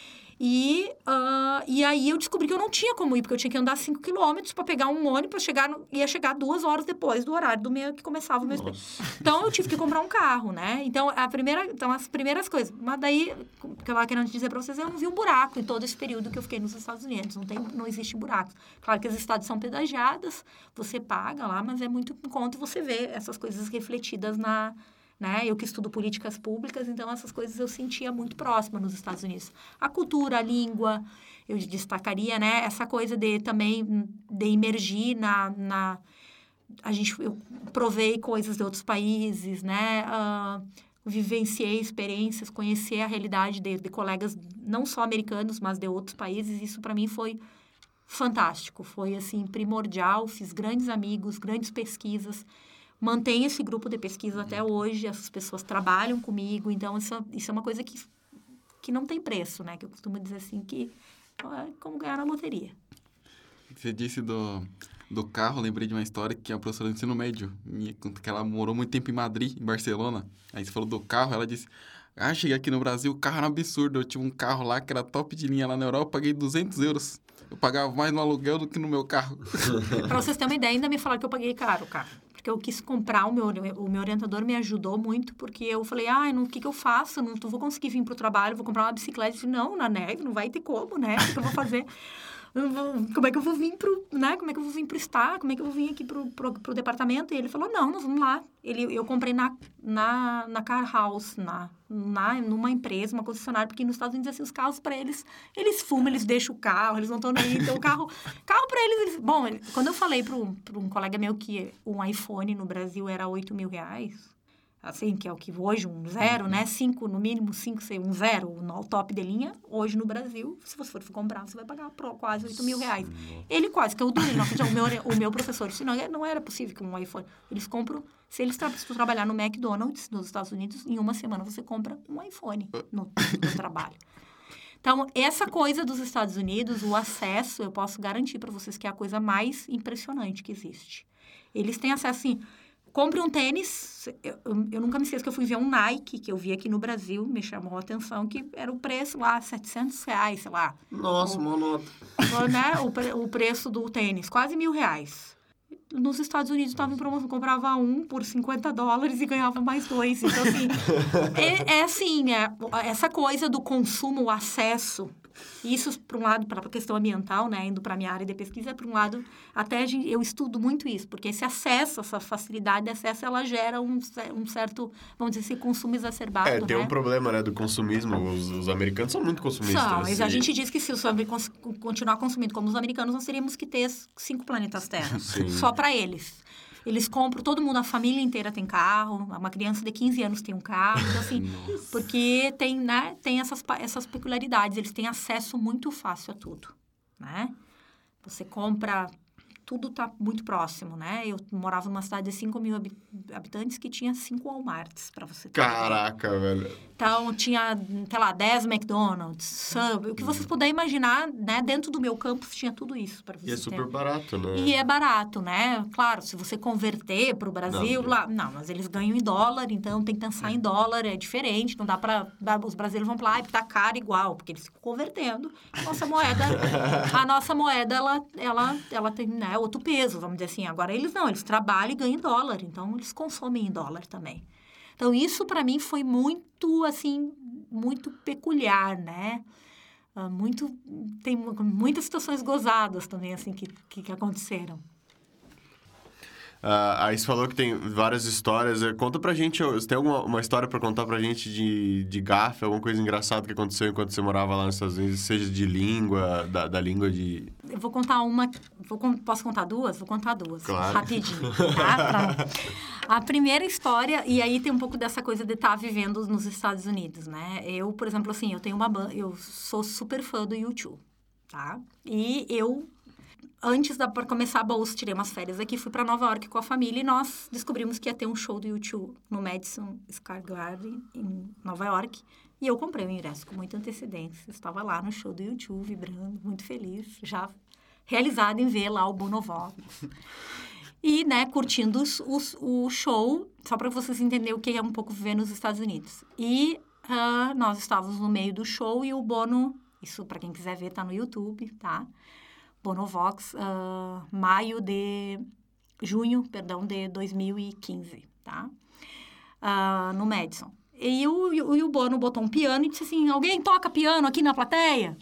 E, uh, e aí eu descobri que eu não tinha como ir, porque eu tinha que andar cinco quilômetros para pegar um ônibus, para chegar no, ia chegar duas horas depois do horário do meu, que começava o meu expediente. Então, eu tive que comprar um carro, né? Então, a primeira, então, as primeiras coisas. Mas daí, o que eu estava querendo dizer para vocês, eu não vi um buraco em todo esse período que eu fiquei nos Estados Unidos. Não, tem, não existe buracos. Claro que as estradas são pedagiadas, você paga lá, mas é muito em conta e você vê essas coisas refletidas na... né? Eu que estudo políticas públicas, então essas coisas eu sentia muito próxima nos Estados Unidos. A cultura, a língua, eu destacaria, né? Essa coisa de também de imergir na... na a gente, eu provei coisas de outros países, né? Uh, vivenciei experiências, conheci a realidade de, de colegas não só americanos, mas de outros países. Isso para mim foi fantástico, foi assim primordial. Fiz grandes amigos, grandes pesquisas. Mantenho esse grupo de pesquisa até hoje. Essas pessoas trabalham comigo, então isso, isso é uma coisa que que não tem preço, né? Que eu costumo dizer assim que é como ganhar na loteria. Você disse do do carro, lembrei de uma história que a professora do ensino médio, minha, que ela morou muito tempo em Madrid, em Barcelona. Aí você falou do carro, ela disse, ah, cheguei aqui no Brasil, o carro era um absurdo. Eu tinha um carro lá que era top de linha lá na Europa, eu paguei duzentos euros. Eu pagava mais no aluguel do que no meu carro. Pra vocês terem uma ideia, ainda me falaram que eu paguei caro o carro. Porque eu quis comprar, o meu, o meu orientador me ajudou muito, porque eu falei, ah, o que que eu faço? Eu não vou conseguir vir pro trabalho, vou comprar uma bicicleta. Eu disse, não, na neve, não vai ter como, né? O que eu vou fazer? Como é que eu vou vir pro, né? Como é que eu vou vir pro estado? Como é que eu vou vir aqui pro, pro, pro departamento? E ele falou, não, nós vamos lá. Ele, eu comprei na, na, na Car House, na, na, numa empresa, uma concessionária, porque nos Estados Unidos, assim, os carros para eles, eles fumam, eles deixam o carro, eles não estão nem aí. Então, o carro, carro para eles, eles... Bom, ele, quando eu falei para um colega meu que um iPhone no Brasil era oito mil reais, assim, que é o que hoje, um zero, né? Cinco, no mínimo, cinco, sei, um zero, no top de linha. Hoje, no Brasil, se você for comprar, você vai pagar pro, quase oito mil reais. Ele quase que eu duro. O meu, o meu professor disse, não, não era possível que um iPhone... Eles compram... Se eles tra se trabalhar no McDonald's, nos Estados Unidos, em uma semana você compra um iPhone no, no trabalho. Então, essa coisa dos Estados Unidos, o acesso, eu posso garantir para vocês que é a coisa mais impressionante que existe. Eles têm acesso, assim... Compre um tênis, eu, eu nunca me esqueço que eu fui ver um Nike, que eu vi aqui no Brasil, me chamou a atenção, que era o preço lá, setecentos reais, sei lá. Nossa, uma nota. Né, o, pre, o preço do tênis, quase mil reais. Nos Estados Unidos estava em promoção, comprava um por cinquenta dólares e ganhava mais dois. Então, assim, é, é assim, é, essa coisa do consumo, o acesso... Isso, por um lado, para a questão ambiental, né? Indo para a minha área de pesquisa, por um lado, até eu estudo muito isso, porque esse acesso, essa facilidade de acesso, ela gera um, um certo, vamos dizer assim, consumo exacerbado, É, tem né? um problema, né, do consumismo. Os, os americanos são muito consumistas. São, mas a e... gente diz que se os americanos continuar consumindo como os americanos, nós teríamos que ter cinco planetas Terra, Sim. só para eles. Eles compram, todo mundo, a família inteira tem carro, uma criança de quinze anos tem um carro, então assim, porque tem, né, tem essas, essas peculiaridades, eles têm acesso muito fácil a tudo, né? Você compra, tudo tá muito próximo, né? Eu morava numa cidade de cinco mil habitantes que tinha cinco Walmarts, para você ter. Caraca, velho. Então, tinha, sei lá, dez McDonald's, Subway, o que vocês puderem imaginar, né? Dentro do meu campus tinha tudo isso para você ter. E é super barato, né? E é barato, né? Claro, se você converter para o Brasil, Não, lá... Não, mas eles ganham em dólar, então tem que pensar em dólar, é diferente, não dá para... Os brasileiros vão falar, ah, tá caro igual, porque eles ficam convertendo. Nossa moeda, a nossa moeda, ela, ela, ela tem, né, outro peso, vamos dizer assim. Agora, eles não, eles trabalham e ganham em dólar, então eles consomem em dólar também. Então, isso para mim foi muito, assim, muito peculiar, né? Uh, muito, tem muitas situações gozadas também, assim, que, que, que aconteceram. Uh, aí você falou que tem várias histórias. Conta pra gente, você tem alguma uma história pra contar pra gente de, de gafe, alguma coisa engraçada que aconteceu enquanto você morava lá nos Estados Unidos, seja de língua, da, da língua de... Eu vou contar uma... Vou, posso contar duas? Vou contar duas. Claro. Rapidinho, tá? Pra... A primeira história, e aí tem um pouco dessa coisa de estar vivendo nos Estados Unidos, né? Eu, por exemplo, assim, eu tenho uma banda... Eu sou super fã do YouTube, tá? E eu... Antes da para começar a bolsa, tirei umas férias aqui, fui para Nova York com a família e nós descobrimos que ia ter um show do U dois no Madison Square Garden, em Nova York. E eu comprei o ingresso com muita antecedência. Estava lá no show do U dois, vibrando, muito feliz, já realizada em ver lá o Bono Vox. E, né, curtindo os, os, o show, só para vocês entenderem o que é um pouco viver nos Estados Unidos. E uh, nós estávamos no meio do show e o Bono, isso para quem quiser ver, tá no YouTube, tá? Bono Vox, uh, maio de... junho, perdão, de dois mil e quinze, tá? Uh, no Madison. E o, e o Bono botou um piano e disse assim, alguém toca piano aqui na plateia?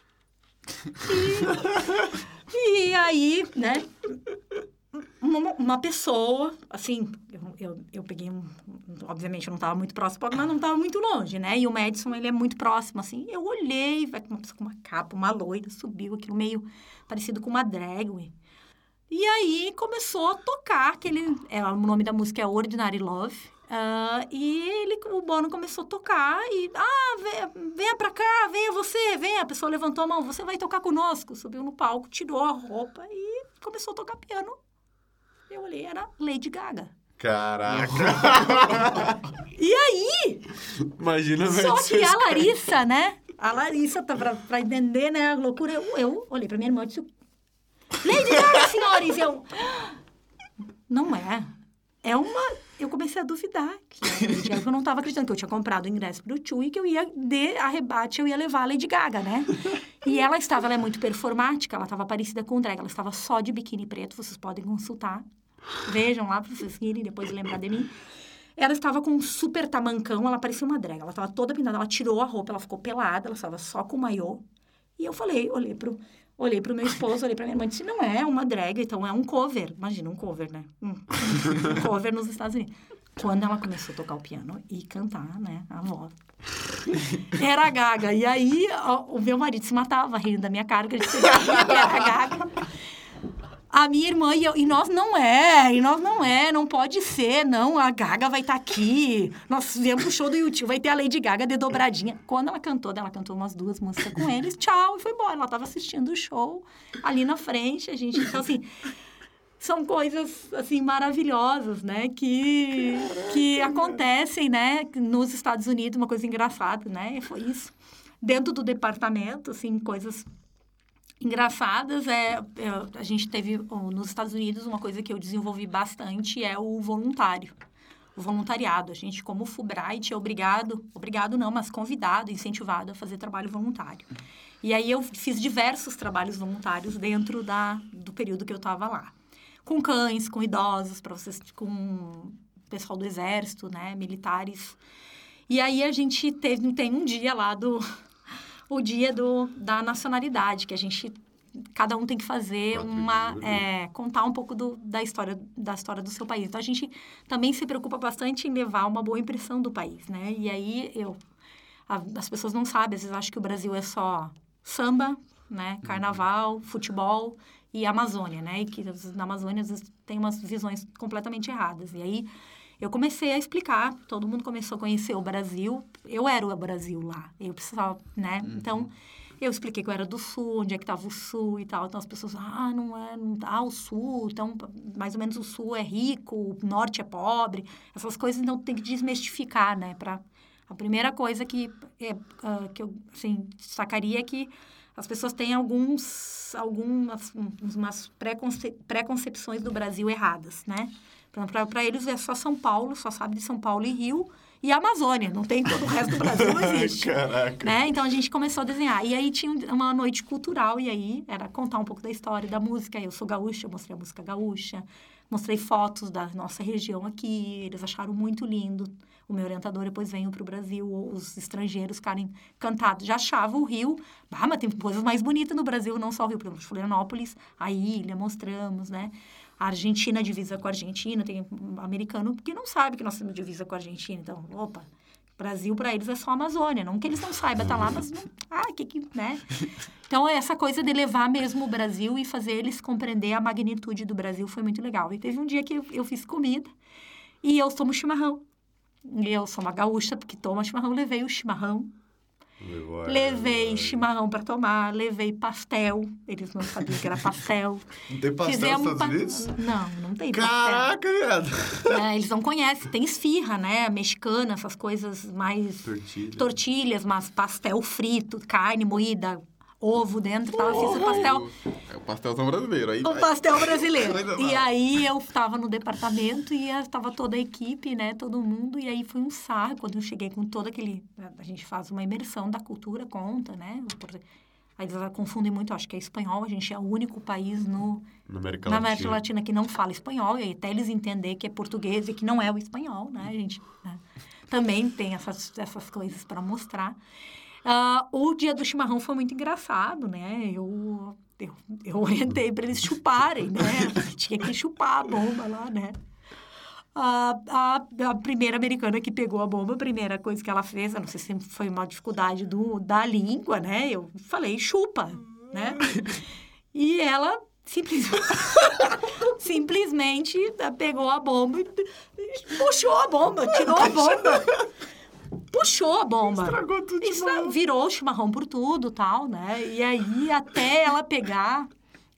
E, e aí, né, uma, uma pessoa, assim, eu, eu, eu peguei um, obviamente eu não estava muito próximo, mas não estava muito longe, né? E o Madison, ele é muito próximo, assim. Eu olhei, vai uma pessoa com uma capa, uma loira, subiu aquilo meio parecido com uma drag. E aí começou a tocar aquele... É, o nome da música é Ordinary Love. Uh, e ele, o Bono começou a tocar e... Ah, venha, venha pra cá, venha você, venha. A pessoa levantou a mão, você vai tocar conosco. Subiu no palco, tirou a roupa e começou a tocar piano. Eu olhei, era Lady Gaga. Caraca! E aí... Imagina... Só que a Larissa, né? A Larissa, tá pra, pra entender, né? A loucura. Eu, eu olhei pra minha irmã e disse... Lady Gaga, senhores! Eu... Não é. É uma... Eu comecei a duvidar. Que eu não estava acreditando que eu tinha comprado o ingresso pro Tchu e que eu ia, de arrebate, eu ia levar a Lady Gaga, né? E ela estava... Ela é muito performática. Ela estava parecida com drag. Ela estava só de biquíni preto. Vocês podem consultar. Vejam lá pra vocês irem, depois lembrar de mim. Ela estava com um super tamancão. Ela parecia uma drag. Ela estava toda pintada. Ela tirou a roupa. Ela ficou pelada. Ela estava só com o maiô. E eu falei... Olhei pro... Olhei pro meu esposo, olhei pra minha irmã e disse, não é uma drag, então é um cover. Imagina, um cover, né? Hum. Um cover nos Estados Unidos. Quando ela começou a tocar o piano e cantar, né? A voz. Era a Gaga. E aí, ó, o meu marido se matava rindo da minha cara, que ele disse que era a Gaga. A minha irmã e eu, e nós não é, e nós não é, não pode ser, não, a Gaga vai estar tá aqui. Nós viemos pro show do YouTube, vai ter a Lady Gaga de dobradinha. Quando ela cantou, ela cantou umas duas músicas com eles, tchau, e foi embora. Ela tava assistindo o show ali na frente, a gente, então assim, são coisas, assim, maravilhosas, né, que, que acontecem, né, nos Estados Unidos, uma coisa engraçada, né, foi isso. Dentro do departamento, assim, coisas... engraçadas, é, é, a gente teve nos Estados Unidos uma coisa que eu desenvolvi bastante, é o voluntário, o voluntariado. A gente, como Fulbright, é obrigado, obrigado não, mas convidado, incentivado a fazer trabalho voluntário. E aí eu fiz diversos trabalhos voluntários dentro da, do período que eu estava lá. Com cães, com idosos, para vocês, com pessoal do exército, né, militares. E aí a gente teve, tem um dia lá do... o dia do, da nacionalidade, que a gente, cada um tem que fazer uma, é, contar um pouco do, da, história, da história do seu país. Então, a gente também se preocupa bastante em levar uma boa impressão do país, né? E aí, eu, a, as pessoas não sabem, às vezes acham que o Brasil é só samba, né? Carnaval, futebol e Amazônia, né? E que na Amazônia, às vezes, tem umas visões completamente erradas. E aí... eu comecei a explicar, todo mundo começou a conhecer o Brasil. Eu era o Brasil lá, eu precisava, né? Uhum. Então, eu expliquei que eu era do Sul, onde é que estava o Sul e tal. Então, as pessoas, ah, não é, não tá, o Sul, então, mais ou menos o Sul é rico, o Norte é pobre. Essas coisas, então, tem que desmistificar, né? Pra, a primeira coisa que, é, uh, que eu, assim, destacaria é que as pessoas têm alguns, algumas umas preconce, preconcepções do Brasil erradas, né? Para eles é só São Paulo, só sabe de São Paulo e Rio e Amazônia. Não tem todo o resto do Brasil, não existe. Caraca. Né? Então, a gente começou a desenhar. E aí, tinha uma noite cultural. E aí, era contar um pouco da história da música. Eu sou gaúcha, eu mostrei a música gaúcha. Mostrei fotos da nossa região aqui. Eles acharam muito lindo. O meu orientador depois veio para o Brasil. Os estrangeiros ficarem encantados. Já achavam o Rio. Ah, mas tem coisas mais bonitas no Brasil, não só o Rio. Por exemplo, Florianópolis, a ilha, mostramos, né? A Argentina divisa com a Argentina, tem um americano que não sabe que nós temos divisa com a Argentina. Então, opa, Brasil para eles é só a Amazônia. Não que eles não saibam, tá lá, mas... Não, ah, que que, né? Então, essa coisa de levar mesmo o Brasil e fazer eles compreender a magnitude do Brasil foi muito legal. E teve um dia que eu, eu fiz comida e eu tomo chimarrão. E eu sou uma gaúcha, porque toma chimarrão, levei o chimarrão. Levou, levei é, chimarrão para tomar, levei pastel. Eles não sabiam que era pastel. Não tem pastel Fizemos nos Estados pa... Unidos? Não, não tem Caraca, pastel. viado! É, eles não conhecem. Tem esfirra, né? Mexicana, essas coisas mais... Tortilha. Tortilhas, mas pastel frito, carne moída, ovo dentro e tal. Eu fiz o pastel... É o pastelzão brasileiro. Aí, O aí... pastel brasileiro. Ainda E mais. aí, eu estava no departamento e estava toda a equipe, né? Todo mundo. E aí, foi um sarro. Quando eu cheguei com todo aquele... A gente faz uma imersão da cultura, conta, né? Aí eles confundem muito. Acho que é espanhol. A gente é o único país no, Na América na Latina. América Latina que não fala espanhol. E aí, até eles entenderem que é português e que não é o espanhol, né? A gente né? também tem essas, essas coisas para mostrar. Uh, o dia do chimarrão foi muito engraçado, né? Eu, eu, eu orientei para eles chuparem, né? Tinha que chupar a bomba lá, né? A, a, a primeira americana que pegou a bomba, a primeira coisa que ela fez, eu não sei se foi uma dificuldade do, da língua, né? Eu falei, chupa, né? E ela simplesmente, simplesmente pegou a bomba e puxou a bomba, tirou a bomba. Puxou a bomba. Estragou tudo de Estra... Virou chimarrão por tudo, tal, né? E aí, até ela pegar...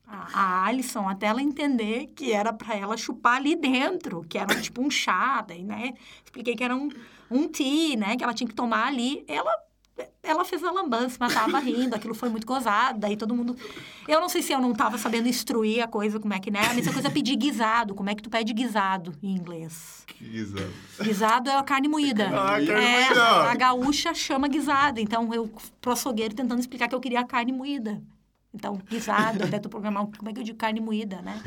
A Alison, até ela entender que era para ela chupar ali dentro, que era tipo um chá, daí, né? Expliquei que era um, um tea, né? Que ela tinha que tomar ali. Ela, ela fez a lambança, mas tava rindo, aquilo foi muito gozado, daí todo mundo... Eu não sei se eu não tava sabendo instruir a coisa, como é que, né? A mesma coisa é pedir guisado, como é que tu pede guisado em inglês? Que guisado? Guisado é a carne moída. Ah, carne é, moída! A gaúcha chama guisado, então eu pro açougueiro tentando explicar que eu queria a carne moída. Então, guisado, até tu programar como é que eu digo carne moída, né?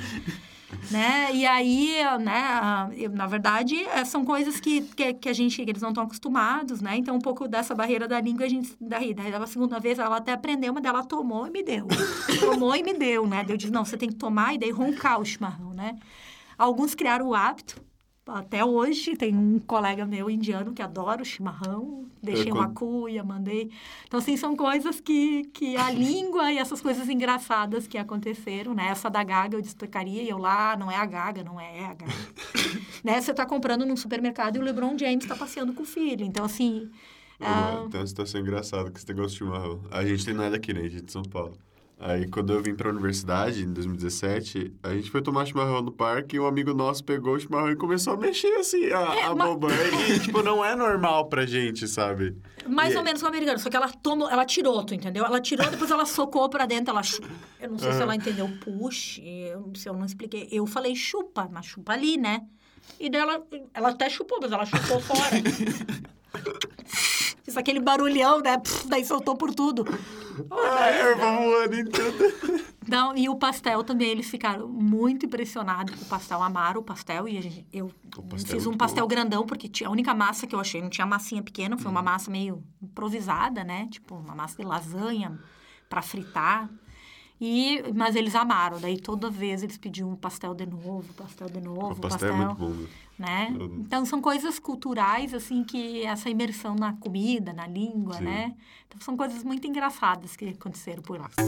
né? E aí, né, eu, na verdade, são coisas que, que, que a gente, que eles não estão acostumados, né? Então, um pouco dessa barreira da língua, a gente, daí, daí a segunda vez, ela até aprendeu, mas ela tomou e me deu. Tomou e me deu, né? Eu disse, não, você tem que tomar e daí roncar o chimarrão, né? Alguns criaram o hábito. Até hoje, tem um colega meu indiano que adora o chimarrão. Deixei uma cuia, mandei. Então, assim, são coisas que, que a língua e essas coisas engraçadas que aconteceram, né? Essa da gaga eu destacaria e eu lá, não é a gaga, não é a gaga. né? Você está comprando num supermercado e o LeBron James está passeando com o filho. Então, assim... Uh... Tem uma situação engraçada com esse negócio de chimarrão. A gente tem nada aqui, né? A gente é de São Paulo. Aí, quando eu vim pra universidade, em dois mil e dezessete, a gente foi tomar chimarrão no parque e um amigo nosso pegou o chimarrão e começou a mexer, assim, a, é, a mas... bomba. E, tipo, não é normal pra gente, sabe? Mais e... ou menos como americano, só que ela tomou, ela tirou, tu entendeu? Ela tirou, depois ela socou pra dentro, ela... Eu não sei uhum. se ela entendeu, puxa, eu, se eu não expliquei. Eu falei chupa, mas chupa ali, né? E daí ela, ela até chupou, mas ela chupou fora. Fiz aquele barulhão, né? Pff, daí soltou por tudo. Ah, erva voando em tudo. Não, e o pastel também, eles ficaram muito impressionados com o pastel. Amaram o pastel e a gente, eu fiz um pastel grandão, porque tinha, a única massa que eu achei, não tinha massinha pequena, foi uma massa meio improvisada, né? Tipo, uma massa de lasanha para fritar. E, mas eles amaram, daí toda vez eles pediam um pastel de novo, pastel de novo, o pastel. pastel é muito bom, né? Eu... Então, são coisas culturais, assim, que essa imersão na comida, na língua, Sim. né? Então, são coisas muito engraçadas que aconteceram por lá.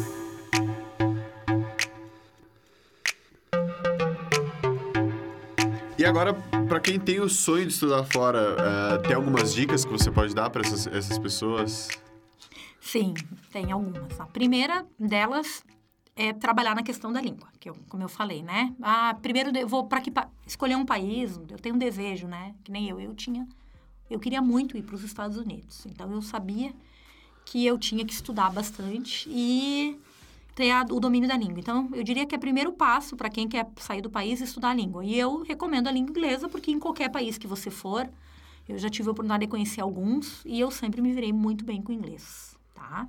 E agora, para quem tem o sonho de estudar fora, uh, tem algumas dicas que você pode dar para essas, essas pessoas? Sim, tem algumas. A primeira delas é trabalhar na questão da língua, que eu, como eu falei, né? Ah, primeiro eu vou para que pa... escolher um país, eu tenho um desejo, né? Que nem eu, eu tinha, eu queria muito ir para os Estados Unidos. Então eu sabia que eu tinha que estudar bastante e ter a, o domínio da língua. Então eu diria que é o primeiro passo para quem quer sair do país é estudar a língua. E eu recomendo a língua inglesa porque em qualquer país que você for, eu já tive a oportunidade de conhecer alguns e eu sempre me virei muito bem com o inglês, tá?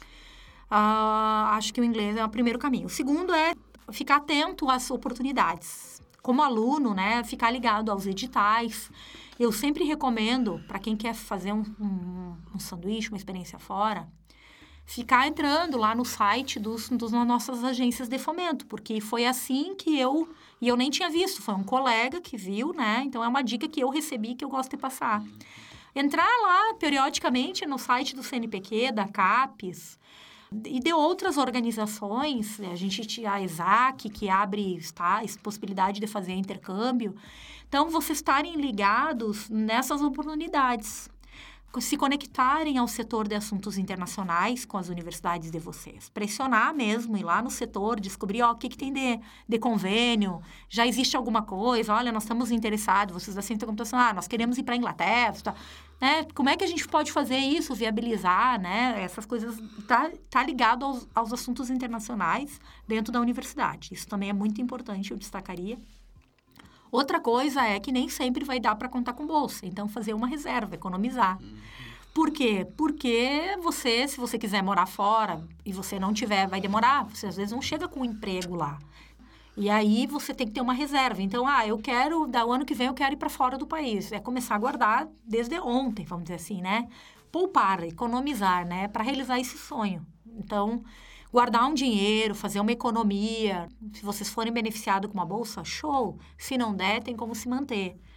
Uh, acho que o inglês é o primeiro caminho. O segundo é ficar atento às oportunidades. Como aluno, né, ficar ligado aos editais. Eu sempre recomendo, para quem quer fazer um, um, um sanduíche, uma experiência fora, ficar entrando lá no site dos, dos nossas agências de fomento, porque foi assim que eu... E eu nem tinha visto, foi um colega que viu, né? Então, é uma dica que eu recebi que eu gosto de passar. Entrar lá, periodicamente, no site do C N Pq, da CAPES... E de outras organizações, a gente tinha a ESAC, que abre tá, possibilidade de fazer intercâmbio. Então, vocês estarem ligados nessas oportunidades. Se conectarem ao setor de assuntos internacionais com as universidades de vocês. Pressionar mesmo, ir lá no setor, descobrir ó, o que, que tem de, de convênio, já existe alguma coisa, olha, nós estamos interessados, vocês da ciência da computação, ah, nós queremos ir para a Inglaterra, tá, né? Como é que a gente pode fazer isso, viabilizar, né? Essas coisas, tá, tá ligado aos, aos assuntos internacionais dentro da universidade. Isso também é muito importante, eu destacaria. Outra coisa é que nem sempre vai dar para contar com bolsa. Então, fazer uma reserva, economizar. Por quê? Porque você, se você quiser morar fora e você não tiver, vai demorar. Você, às vezes, não chega com um emprego lá. E aí, você tem que ter uma reserva. Então, ah, eu quero, da, o ano que vem, eu quero ir para fora do país. É começar a guardar desde ontem, vamos dizer assim, né? Poupar, economizar, né? Para realizar esse sonho. Então... guardar um dinheiro, fazer uma economia. Se vocês forem beneficiados com uma bolsa, show. Se não der, tem como se manter.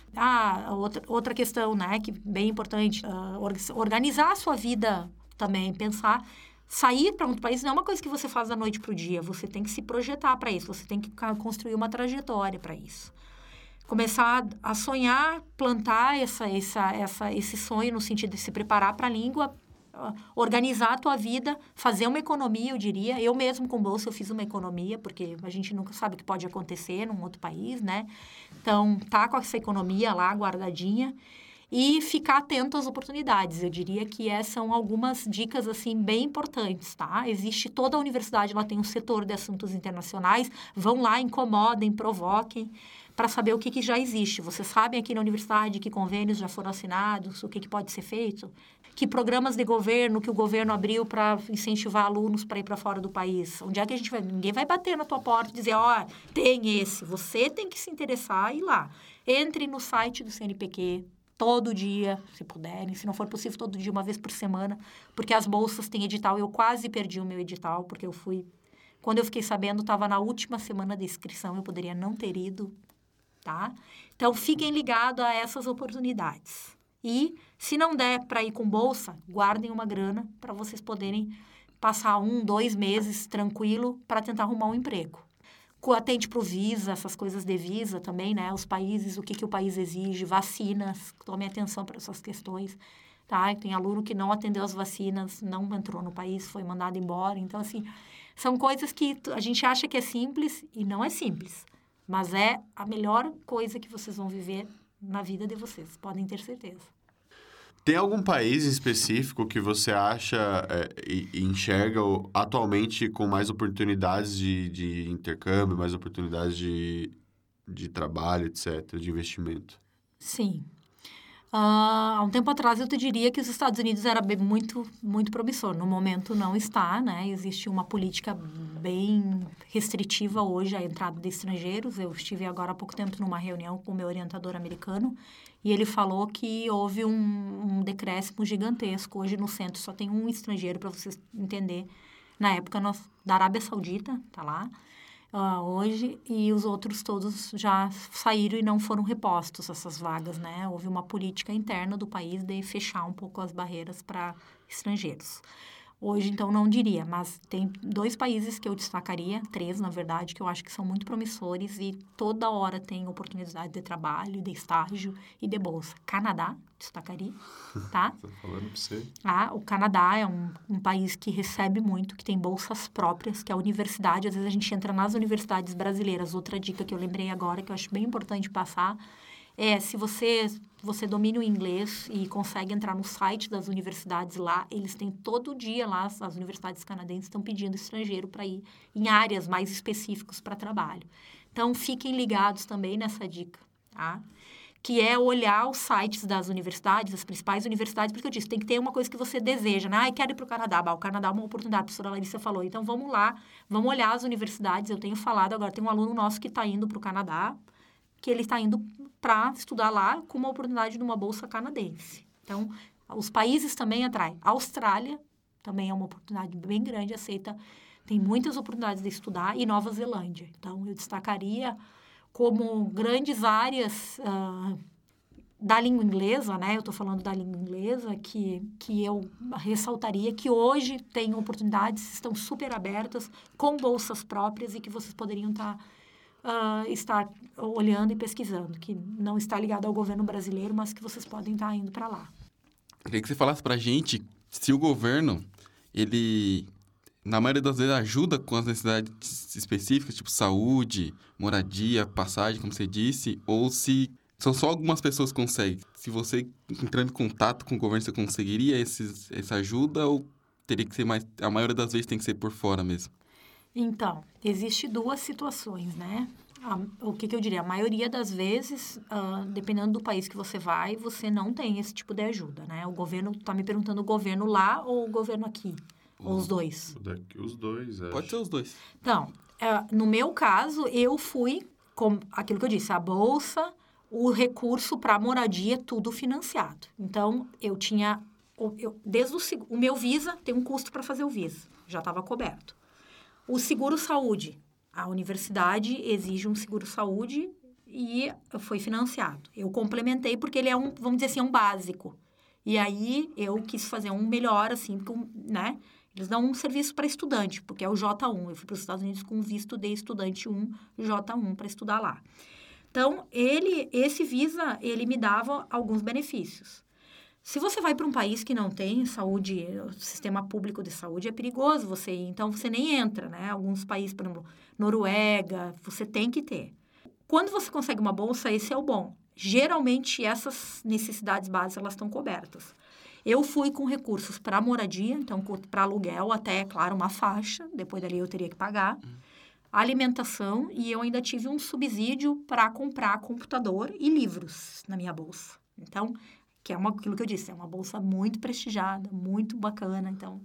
Ah, outra, outra questão, né, que bem importante, uh, organizar a sua vida também, pensar, sair para outro país não é uma coisa que você faz da noite para o dia, você tem que se projetar para isso, você tem que construir uma trajetória para isso. Começar a sonhar, plantar essa, essa, essa, esse sonho no sentido de se preparar para a língua, organizar a tua vida, fazer uma economia, eu diria. Eu mesmo com bolsa eu fiz uma economia, porque a gente nunca sabe o que pode acontecer num outro país, né? Então, tá com essa economia lá guardadinha e ficar atento às oportunidades. Eu diria que essas são algumas dicas, assim, bem importantes, tá? Existe toda a universidade, lá tem um setor de assuntos internacionais, vão lá, incomodem, provoquem, para saber o que, que já existe. Vocês sabem aqui na universidade que convênios já foram assinados, o que, que pode ser feito? Que programas de governo que o governo abriu para incentivar alunos para ir para fora do país? Onde é que a gente vai? Ninguém vai bater na tua porta e dizer, ó, oh, tem esse. Você tem que se interessar e ir lá. Entre no site do C N P Q todo dia, se puderem. Se não for possível, todo dia, uma vez por semana. Porque as bolsas têm edital. Eu quase perdi o meu edital, porque eu fui... Quando eu fiquei sabendo, estava na última semana de inscrição. Eu poderia não ter ido, tá? Então, fiquem ligados a essas oportunidades. E, se não der para ir com bolsa, guardem uma grana para vocês poderem passar um, dois meses tranquilo para tentar arrumar um emprego. Atente para o Visa, essas coisas de Visa também, né? Os países, o que, que o país exige, vacinas, tome atenção para essas questões, tá? Tem aluno que não atendeu as vacinas, não entrou no país, foi mandado embora. Então, assim, são coisas que a gente acha que é simples e não é simples. Mas é a melhor coisa que vocês vão viver na vida de vocês, podem ter certeza. Tem algum país específico que você acha é, e, e enxerga atualmente com mais oportunidades de, de intercâmbio, mais oportunidades de, de trabalho, etcétera, de investimento? Sim. Uh, há um tempo atrás, eu te diria que os Estados Unidos era bem, muito, muito promissor. No momento, não está, né? Existe uma política bem restritiva hoje à entrada de estrangeiros. Eu estive agora há pouco tempo numa reunião com o meu orientador americano e ele falou que houve um, um decréscimo gigantesco. Hoje, no centro, só tem um estrangeiro, para vocês entenderem. Na época, nós, da Arábia Saudita, tá lá. Uh, hoje, e os outros todos já saíram e não foram repostos, essas vagas, né? Houve uma política interna do país de fechar um pouco as barreiras para estrangeiros. Hoje, então, não diria, mas tem dois países que eu destacaria, três, na verdade, que eu acho que são muito promissores e toda hora tem oportunidade de trabalho, de estágio e de bolsa. Canadá, destacaria, tá? Tô falando pra você. Ah, o Canadá é um, um país que recebe muito, que tem bolsas próprias, que a universidade, às vezes a gente entra nas universidades brasileiras. Outra dica que eu lembrei agora, que eu acho bem importante passar, é se você, você domina o inglês e consegue entrar no site das universidades lá, eles têm todo dia lá, as universidades canadenses estão pedindo estrangeiro para ir em áreas mais específicas para trabalho. Então, fiquem ligados também nessa dica, tá? Que é olhar os sites das universidades, as principais universidades, porque eu disse, tem que ter uma coisa que você deseja, né? Ah, eu quero ir para o Canadá. Bah, o Canadá é uma oportunidade, a professora Larissa falou. Então, vamos lá, vamos olhar as universidades. Eu tenho falado agora, tem um aluno nosso que está indo para o Canadá, que ele está indo para estudar lá com uma oportunidade de uma bolsa canadense. Então, os países também atraem. A Austrália também é uma oportunidade bem grande, aceita, tem muitas oportunidades de estudar, e Nova Zelândia. Então, eu destacaria como grandes áreas uh, da língua inglesa, né? Eu estou falando da língua inglesa, que, que eu ressaltaria que hoje tem oportunidades, estão super abertas, com bolsas próprias e que vocês poderiam estar... Tá, Uh, estar olhando e pesquisando, que não está ligado ao governo brasileiro, mas que vocês podem estar indo para lá. Queria que você falasse para a gente se o governo, ele, na maioria das vezes, ajuda com as necessidades específicas, tipo saúde, moradia, passagem, como você disse, ou se são só algumas pessoas que conseguem. Se você, entrando em contato com o governo, você conseguiria esses, essa ajuda, ou teria que ser mais... A maioria das vezes tem que ser por fora mesmo? Então, existe duas situações, né? A, o que, que eu diria? A maioria das vezes, uh, dependendo do país que você vai, você não tem esse tipo de ajuda, né? O governo, tá me perguntando o governo lá ou o governo aqui? Ou os dois? Os dois, acho. Pode ser os dois. Então, uh, no meu caso, eu fui com aquilo que eu disse, a bolsa, o recurso para moradia, tudo financiado. Então, eu tinha, eu, desde o, o meu Visa, tem um custo para fazer o Visa, já estava coberto. O seguro-saúde, a universidade exige um seguro-saúde e foi financiado. Eu complementei porque ele é um, vamos dizer assim, é um básico. E aí, eu quis fazer um melhor, assim, com, né? Eles dão um serviço para estudante, porque é o J um. Eu fui para os Estados Unidos com visto de estudante um, J um, para estudar lá. Então, ele, esse Visa, ele me dava alguns benefícios. Se você vai para um país que não tem saúde, o sistema público de saúde é perigoso você ir, então você nem entra, né? Alguns países, por exemplo, Noruega, você tem que ter. Quando você consegue uma bolsa, esse é o bom. Geralmente, essas necessidades básicas, elas estão cobertas. Eu fui com recursos para moradia, então para aluguel, até, claro, uma faixa, depois dali eu teria que pagar, alimentação, e eu ainda tive um subsídio para comprar computador e livros na minha bolsa. Então, que é uma, aquilo que eu disse, é uma bolsa muito prestigiada, muito bacana, então,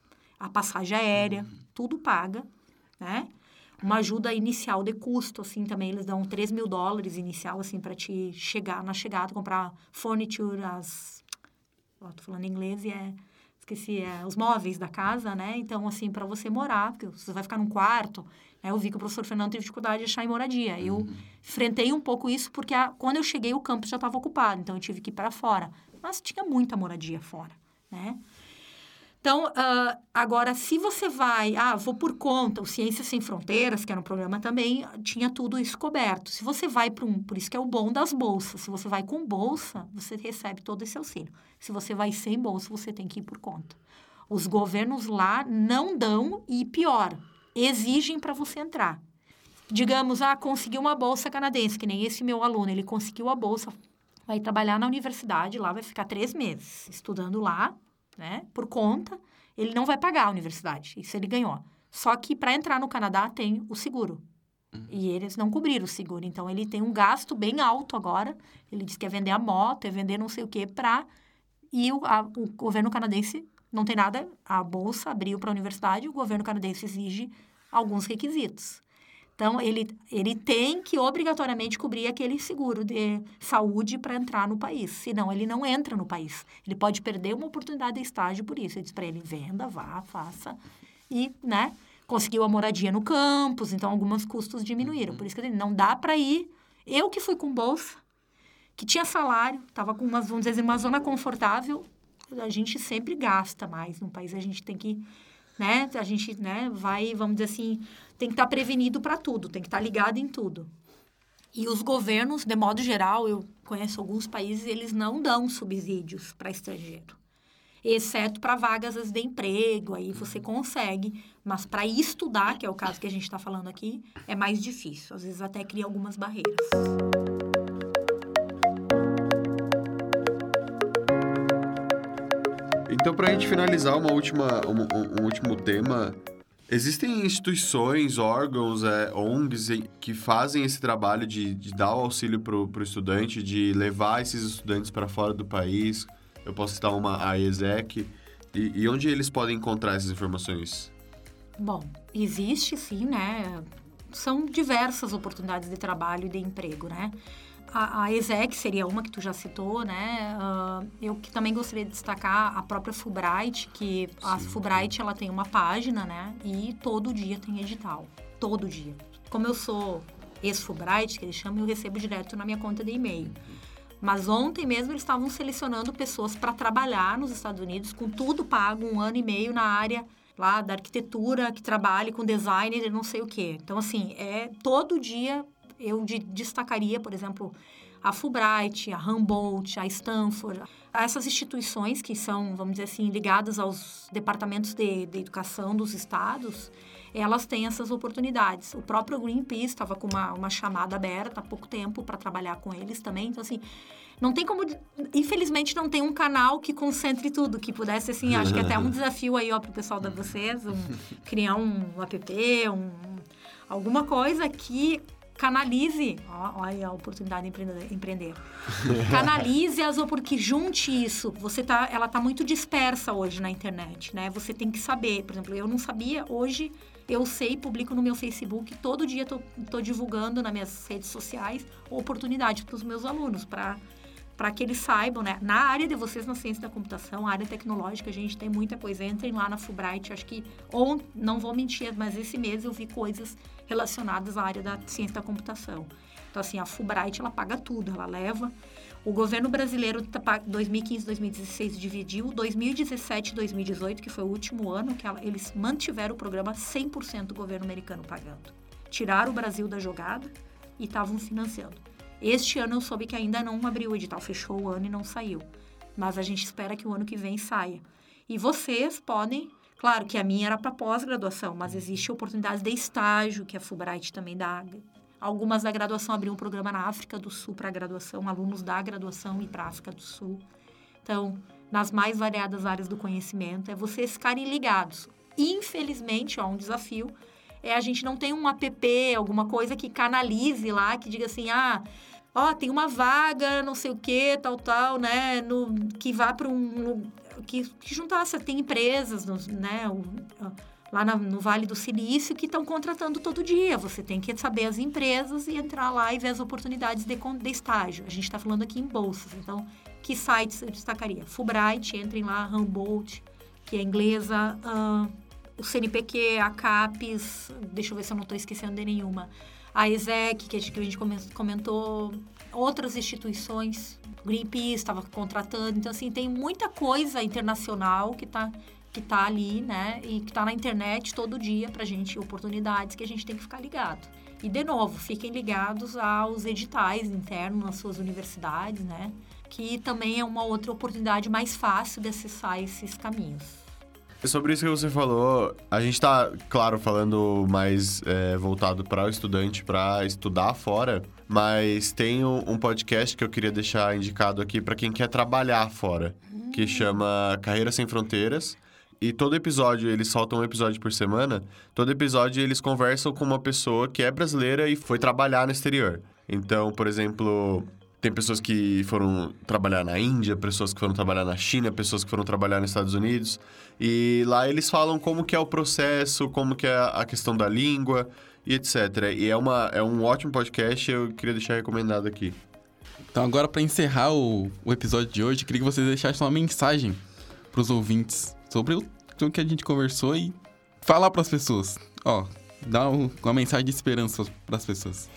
a passagem aérea, tudo paga, né? Uma ajuda inicial de custo, assim, também eles dão três mil dólares inicial, assim, para te chegar, na chegada, comprar furniture, as... Ó, tô falando em inglês e é... Esqueci, é os móveis da casa, né? Então, assim, para você morar, porque você vai ficar num quarto, né? Eu vi que o professor Fernando teve dificuldade de achar em moradia. Eu uhum. enfrentei um pouco isso, porque a, quando eu cheguei, o campus já estava ocupado, então eu tive que ir para fora. Mas tinha muita moradia fora, né? Então, uh, agora, se você vai... Ah, vou por conta, o Ciências Sem Fronteiras, que era um programa também, tinha tudo isso coberto. Se você vai para um... Por isso que é o bom das bolsas. Se você vai com bolsa, você recebe todo esse auxílio. Se você vai sem bolsa, você tem que ir por conta. Os governos lá não dão e, pior, exigem para você entrar. Digamos, ah, conseguiu uma bolsa canadense, que nem esse meu aluno, ele conseguiu a bolsa, vai trabalhar na universidade, lá vai ficar três meses estudando lá, né, por conta, ele não vai pagar a universidade, isso ele ganhou. Só que para entrar no Canadá tem o seguro. Uhum. E eles não cobriram o seguro, então ele tem um gasto bem alto agora. Ele disse que é vender a moto, é vender não sei o quê para... E o, a, o governo canadense não tem nada, a bolsa abriu para a universidade, o governo canadense exige alguns requisitos. Então, ele, ele tem que obrigatoriamente cobrir aquele seguro de saúde para entrar no país. Senão, ele não entra no país. Ele pode perder uma oportunidade de estágio por isso. Eu disse para ele, venda, vá, faça. E, né, conseguiu a moradia no campus. Então, alguns custos diminuíram. Por isso que ele não dá para ir. Eu que fui com bolsa, que tinha salário, estava com, umas, vamos dizer, uma zona confortável. A gente sempre gasta mais no país. A gente tem que... Né? A gente, né, vai, vamos dizer assim, tem que estar prevenido para tudo, tem que estar ligado em tudo. E os governos, de modo geral, eu conheço alguns países, eles não dão subsídios para estrangeiro. Exceto para vagas de emprego, aí você consegue. Mas para estudar, que é o caso que a gente está falando aqui, é mais difícil. Às vezes até cria algumas barreiras. Então, para a gente finalizar uma última, um, um último tema, existem instituições, órgãos, é, O N Gs que fazem esse trabalho de, de dar o auxílio para o estudante, de levar esses estudantes para fora do país. Eu posso citar uma, a ESEC. E, e onde eles podem encontrar essas informações? Bom, existe sim, né? São diversas oportunidades de trabalho e de emprego, né? A, a ESEC seria uma que tu já citou, né? Uh, eu que também gostaria de destacar a própria Fulbright, que Sim. a Fulbright, ela tem uma página, né? E todo dia tem edital. Todo dia. Como eu sou ex-Fulbright, que eles chamam, eu recebo direto na minha conta de e-mail. Mas ontem mesmo eles estavam selecionando pessoas para trabalhar nos Estados Unidos, com tudo pago, um ano e meio na área lá da arquitetura, que trabalhe com design e não sei o quê. Então, assim, é todo dia... Eu de, destacaria, por exemplo, a Fulbright, a Humboldt, a Stanford. Essas instituições que são, vamos dizer assim, ligadas aos departamentos de, de educação dos estados, elas têm essas oportunidades. O próprio Greenpeace estava com uma, uma chamada aberta há pouco tempo para trabalhar com eles também. Então, assim, não tem como... Infelizmente, não tem um canal que concentre tudo, que pudesse, assim, acho que até um desafio aí, ó, para o pessoal de vocês, um, criar um app, um, alguma coisa que... Canalize, ó, olha a oportunidade de empreender, empreender. Canalize as oportunidades, junte isso. Você tá, ela está muito dispersa hoje na internet, né? Você tem que saber. Por exemplo, eu não sabia, hoje eu sei, publico no meu Facebook, todo dia tô, tô divulgando nas minhas redes sociais oportunidades para os meus alunos, para para que eles saibam, né? Na área de vocês, na ciência da computação, área tecnológica, a gente tem muita coisa. Entrem lá na Fulbright, acho que, ou não vou mentir, mas esse mês eu vi coisas relacionadas à área da ciência da computação. Então, assim, a Fulbright, ela paga tudo, ela leva. O governo brasileiro, dois mil e quinze, dois mil e dezesseis, dividiu. dois mil e dezessete, dois mil e dezoito, que foi o último ano, que ela, eles mantiveram o programa cem por cento do governo americano pagando. Tiraram o Brasil da jogada e estavam financiando. Este ano eu soube que ainda não abriu o edital, fechou o ano e não saiu. Mas a gente espera que o ano que vem saia. E vocês podem... Claro que a minha era para pós-graduação, mas existe oportunidades de estágio, que a Fulbright também dá. Algumas da graduação abriu um programa na África do Sul para graduação, alunos da graduação e para a África do Sul. Então, nas mais variadas áreas do conhecimento, é vocês ficarem ligados. Infelizmente, ó, um desafio... É, a gente não tem um app, alguma coisa que canalize lá, que diga assim, ah, ó, tem uma vaga, não sei o que, tal, tal, né, no, que vá para um... Que, que juntasse, tem empresas, no, né, o, lá na, no Vale do Silício que estão contratando todo dia. Você tem que saber as empresas e entrar lá e ver as oportunidades de, de estágio. A gente está falando aqui em bolsas, então, que sites eu destacaria? Fulbright, entrem lá, Humboldt, que é inglesa, uh, o C N P Q, a CAPES, deixa eu ver se eu não estou esquecendo de nenhuma, a ESEC, que a gente comentou, outras instituições, Greenpeace estava contratando, então assim, tem muita coisa internacional que está que tá ali, né, e que está na internet todo dia para a gente, oportunidades que a gente tem que ficar ligado. E, de novo, fiquem ligados aos editais internos nas suas universidades, né, que também é uma outra oportunidade mais fácil de acessar esses caminhos. Sobre isso que você falou, a gente tá, claro, falando mais é, voltado para o estudante, para estudar fora, mas tem um podcast que eu queria deixar indicado aqui para quem quer trabalhar fora, hum. que chama Carreira Sem Fronteiras. E todo episódio, eles soltam um episódio por semana, todo episódio eles conversam com uma pessoa que é brasileira e foi trabalhar no exterior. Então, por exemplo... Tem pessoas que foram trabalhar na Índia, pessoas que foram trabalhar na China, pessoas que foram trabalhar nos Estados Unidos. E lá eles falam como que é o processo, como que é a questão da língua e etcétera. E é, uma, é um ótimo podcast, eu queria deixar recomendado aqui. Então agora, para encerrar o, o episódio de hoje, queria que vocês deixassem uma mensagem para os ouvintes sobre o, sobre o que a gente conversou e falar para as pessoas. Ó, dar um, uma mensagem de esperança para as pessoas.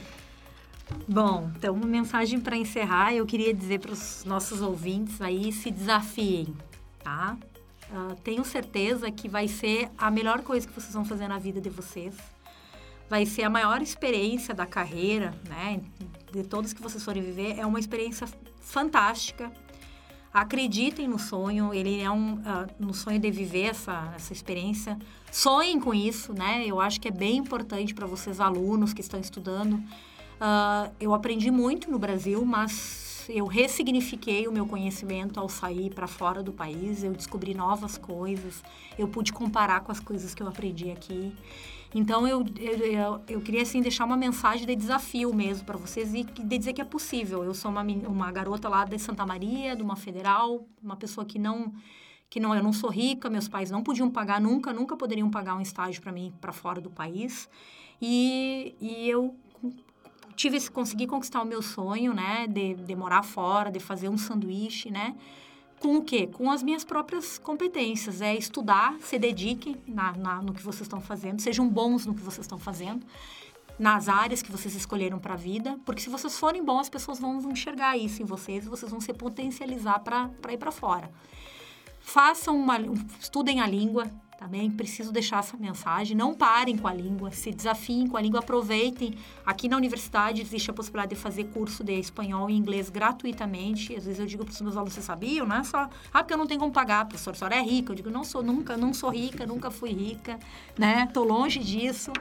Bom, então uma mensagem para encerrar, eu queria dizer para os nossos ouvintes aí, se desafiem, tá? Uh, tenho certeza que vai ser a melhor coisa que vocês vão fazer na vida de vocês. Vai ser a maior experiência da carreira, né? De todos que vocês forem viver, é uma experiência fantástica. Acreditem no sonho, ele é um uh, no sonho de viver essa, essa experiência. Sonhem com isso, né? Eu acho que é bem importante para vocês, alunos que estão estudando. Uh, eu aprendi muito no Brasil, mas eu ressignifiquei o meu conhecimento ao sair para fora do país. Eu descobri novas coisas, eu pude comparar com as coisas que eu aprendi aqui. Então, eu, eu, eu, eu queria, assim, deixar uma mensagem de desafio mesmo para vocês e de dizer que é possível. Eu sou uma, uma garota lá de Santa Maria, de uma federal, uma pessoa que não... que não, eu não sou rica, meus pais não podiam pagar nunca, nunca poderiam pagar um estágio para mim para fora do país. E, e eu... tive esse, consegui conquistar o meu sonho, né, de, de morar fora, de fazer um sanduíche, né, com o quê? Com as minhas próprias competências, é estudar, se dediquem na, na, no que vocês estão fazendo, sejam bons no que vocês estão fazendo, nas áreas que vocês escolheram para a vida, porque se vocês forem bons, as pessoas vão enxergar isso em vocês e vocês vão se potencializar para ir para fora. Façam uma, estudem a língua, também preciso deixar essa mensagem, não parem com a língua, se desafiem com a língua, aproveitem. Aqui na universidade existe a possibilidade de fazer curso de espanhol e inglês gratuitamente. Às vezes eu digo para os meus alunos, vocês sabiam, não é só, ah, porque eu não tenho como pagar, professor, a senhora é rica. Eu digo, não sou, nunca, não sou rica, nunca fui rica, né, tô longe disso.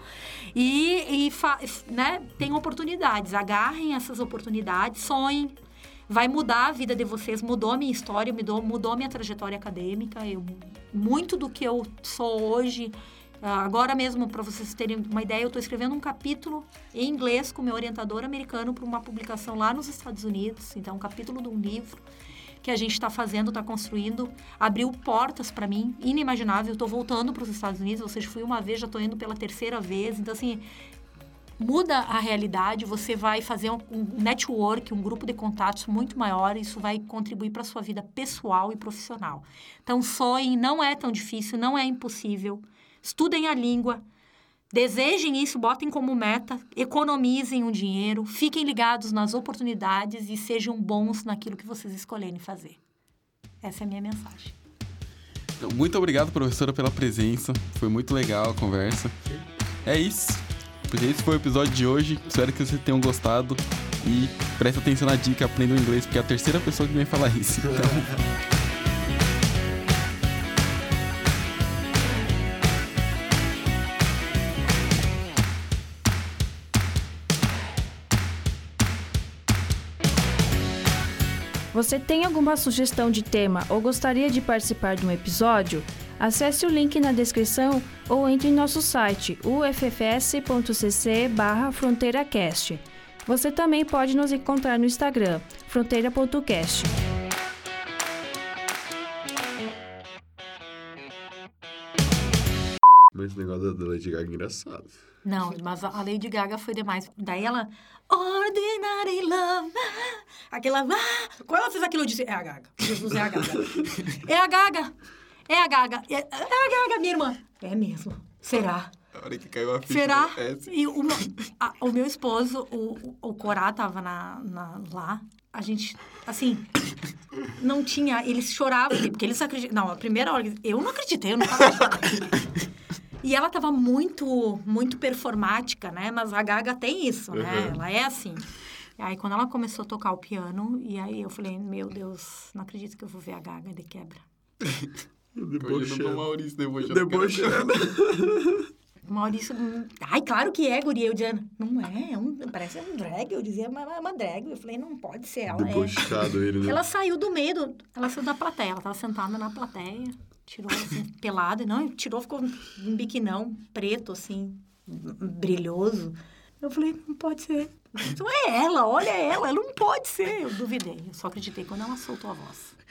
E, e fa, né, tem oportunidades, agarrem essas oportunidades, sonhem. Vai mudar a vida de vocês, mudou a minha história, mudou, mudou a minha trajetória acadêmica. Eu, muito do que eu sou hoje, agora mesmo, para vocês terem uma ideia, eu estou escrevendo um capítulo em inglês com meu orientador americano para uma publicação lá nos Estados Unidos. Então, um capítulo de um livro que a gente está fazendo, está construindo, abriu portas para mim, inimaginável. Eu estou voltando para os Estados Unidos, ou seja, fui uma vez, já estou indo pela terceira vez. Então, assim... muda a realidade, você vai fazer um, um network, um grupo de contatos muito maior, isso vai contribuir para a sua vida pessoal e profissional. Então, sonhem, não é tão difícil, não é impossível. Estudem a língua, desejem isso, botem como meta, economizem um dinheiro, fiquem ligados nas oportunidades e sejam bons naquilo que vocês escolherem fazer. Essa é a minha mensagem. Então, muito obrigado, professora, pela presença. Foi muito legal a conversa. É isso. Esse foi o episódio de hoje. Espero que vocês tenham gostado. E presta atenção na dica, aprenda o inglês, porque é a terceira pessoa que vem falar isso. Então... Você tem alguma sugestão de tema ou gostaria de participar de um episódio? Acesse o link na descrição ou entre em nosso site u f f s ponto c c barra fronteiracast. Você também pode nos encontrar no Instagram, fronteira ponto cast. Mas esse negócio da Lady Gaga é engraçado. Não, mas a Lady Gaga foi demais. Daí ela... Ordinary love. Aquela... Quando ela fez aquilo, eu disse... É a Gaga. Jesus, é a Gaga. É a Gaga. É a Gaga. É, é a Gaga, minha irmã. É mesmo. Será? A hora que caiu a ficha. Será? E o meu, a, o meu esposo, o, o Corá, tava na, na, lá. A gente, assim... Não tinha... Eles choravam. Porque eles acreditavam... Não, a primeira hora... Eu não acreditei. Eu não tava acreditando. E ela tava muito, muito performática, né? Mas a Gaga tem isso, né? Uhum. Ela é assim. E aí, quando ela começou a tocar o piano, e aí eu falei, meu Deus, não acredito que eu vou ver a Gaga de quebra. Debochando. Maurício debochando. Debochando. Maurício... Ai, claro que é, guria. Eu dizia, não é, é um, parece um drag. Eu dizia, mas é uma drag. Eu falei, não pode ser, ela Debochado é. ele, né? Ela saiu do meio, do, ela saiu da plateia. Ela tava sentada na plateia. Tirou, assim, pelado. Não, tirou, ficou um biquinão preto, assim, brilhoso. Eu falei, não pode ser. Então é ela, olha ela, ela não pode ser. Eu duvidei, eu só acreditei quando ela soltou a voz.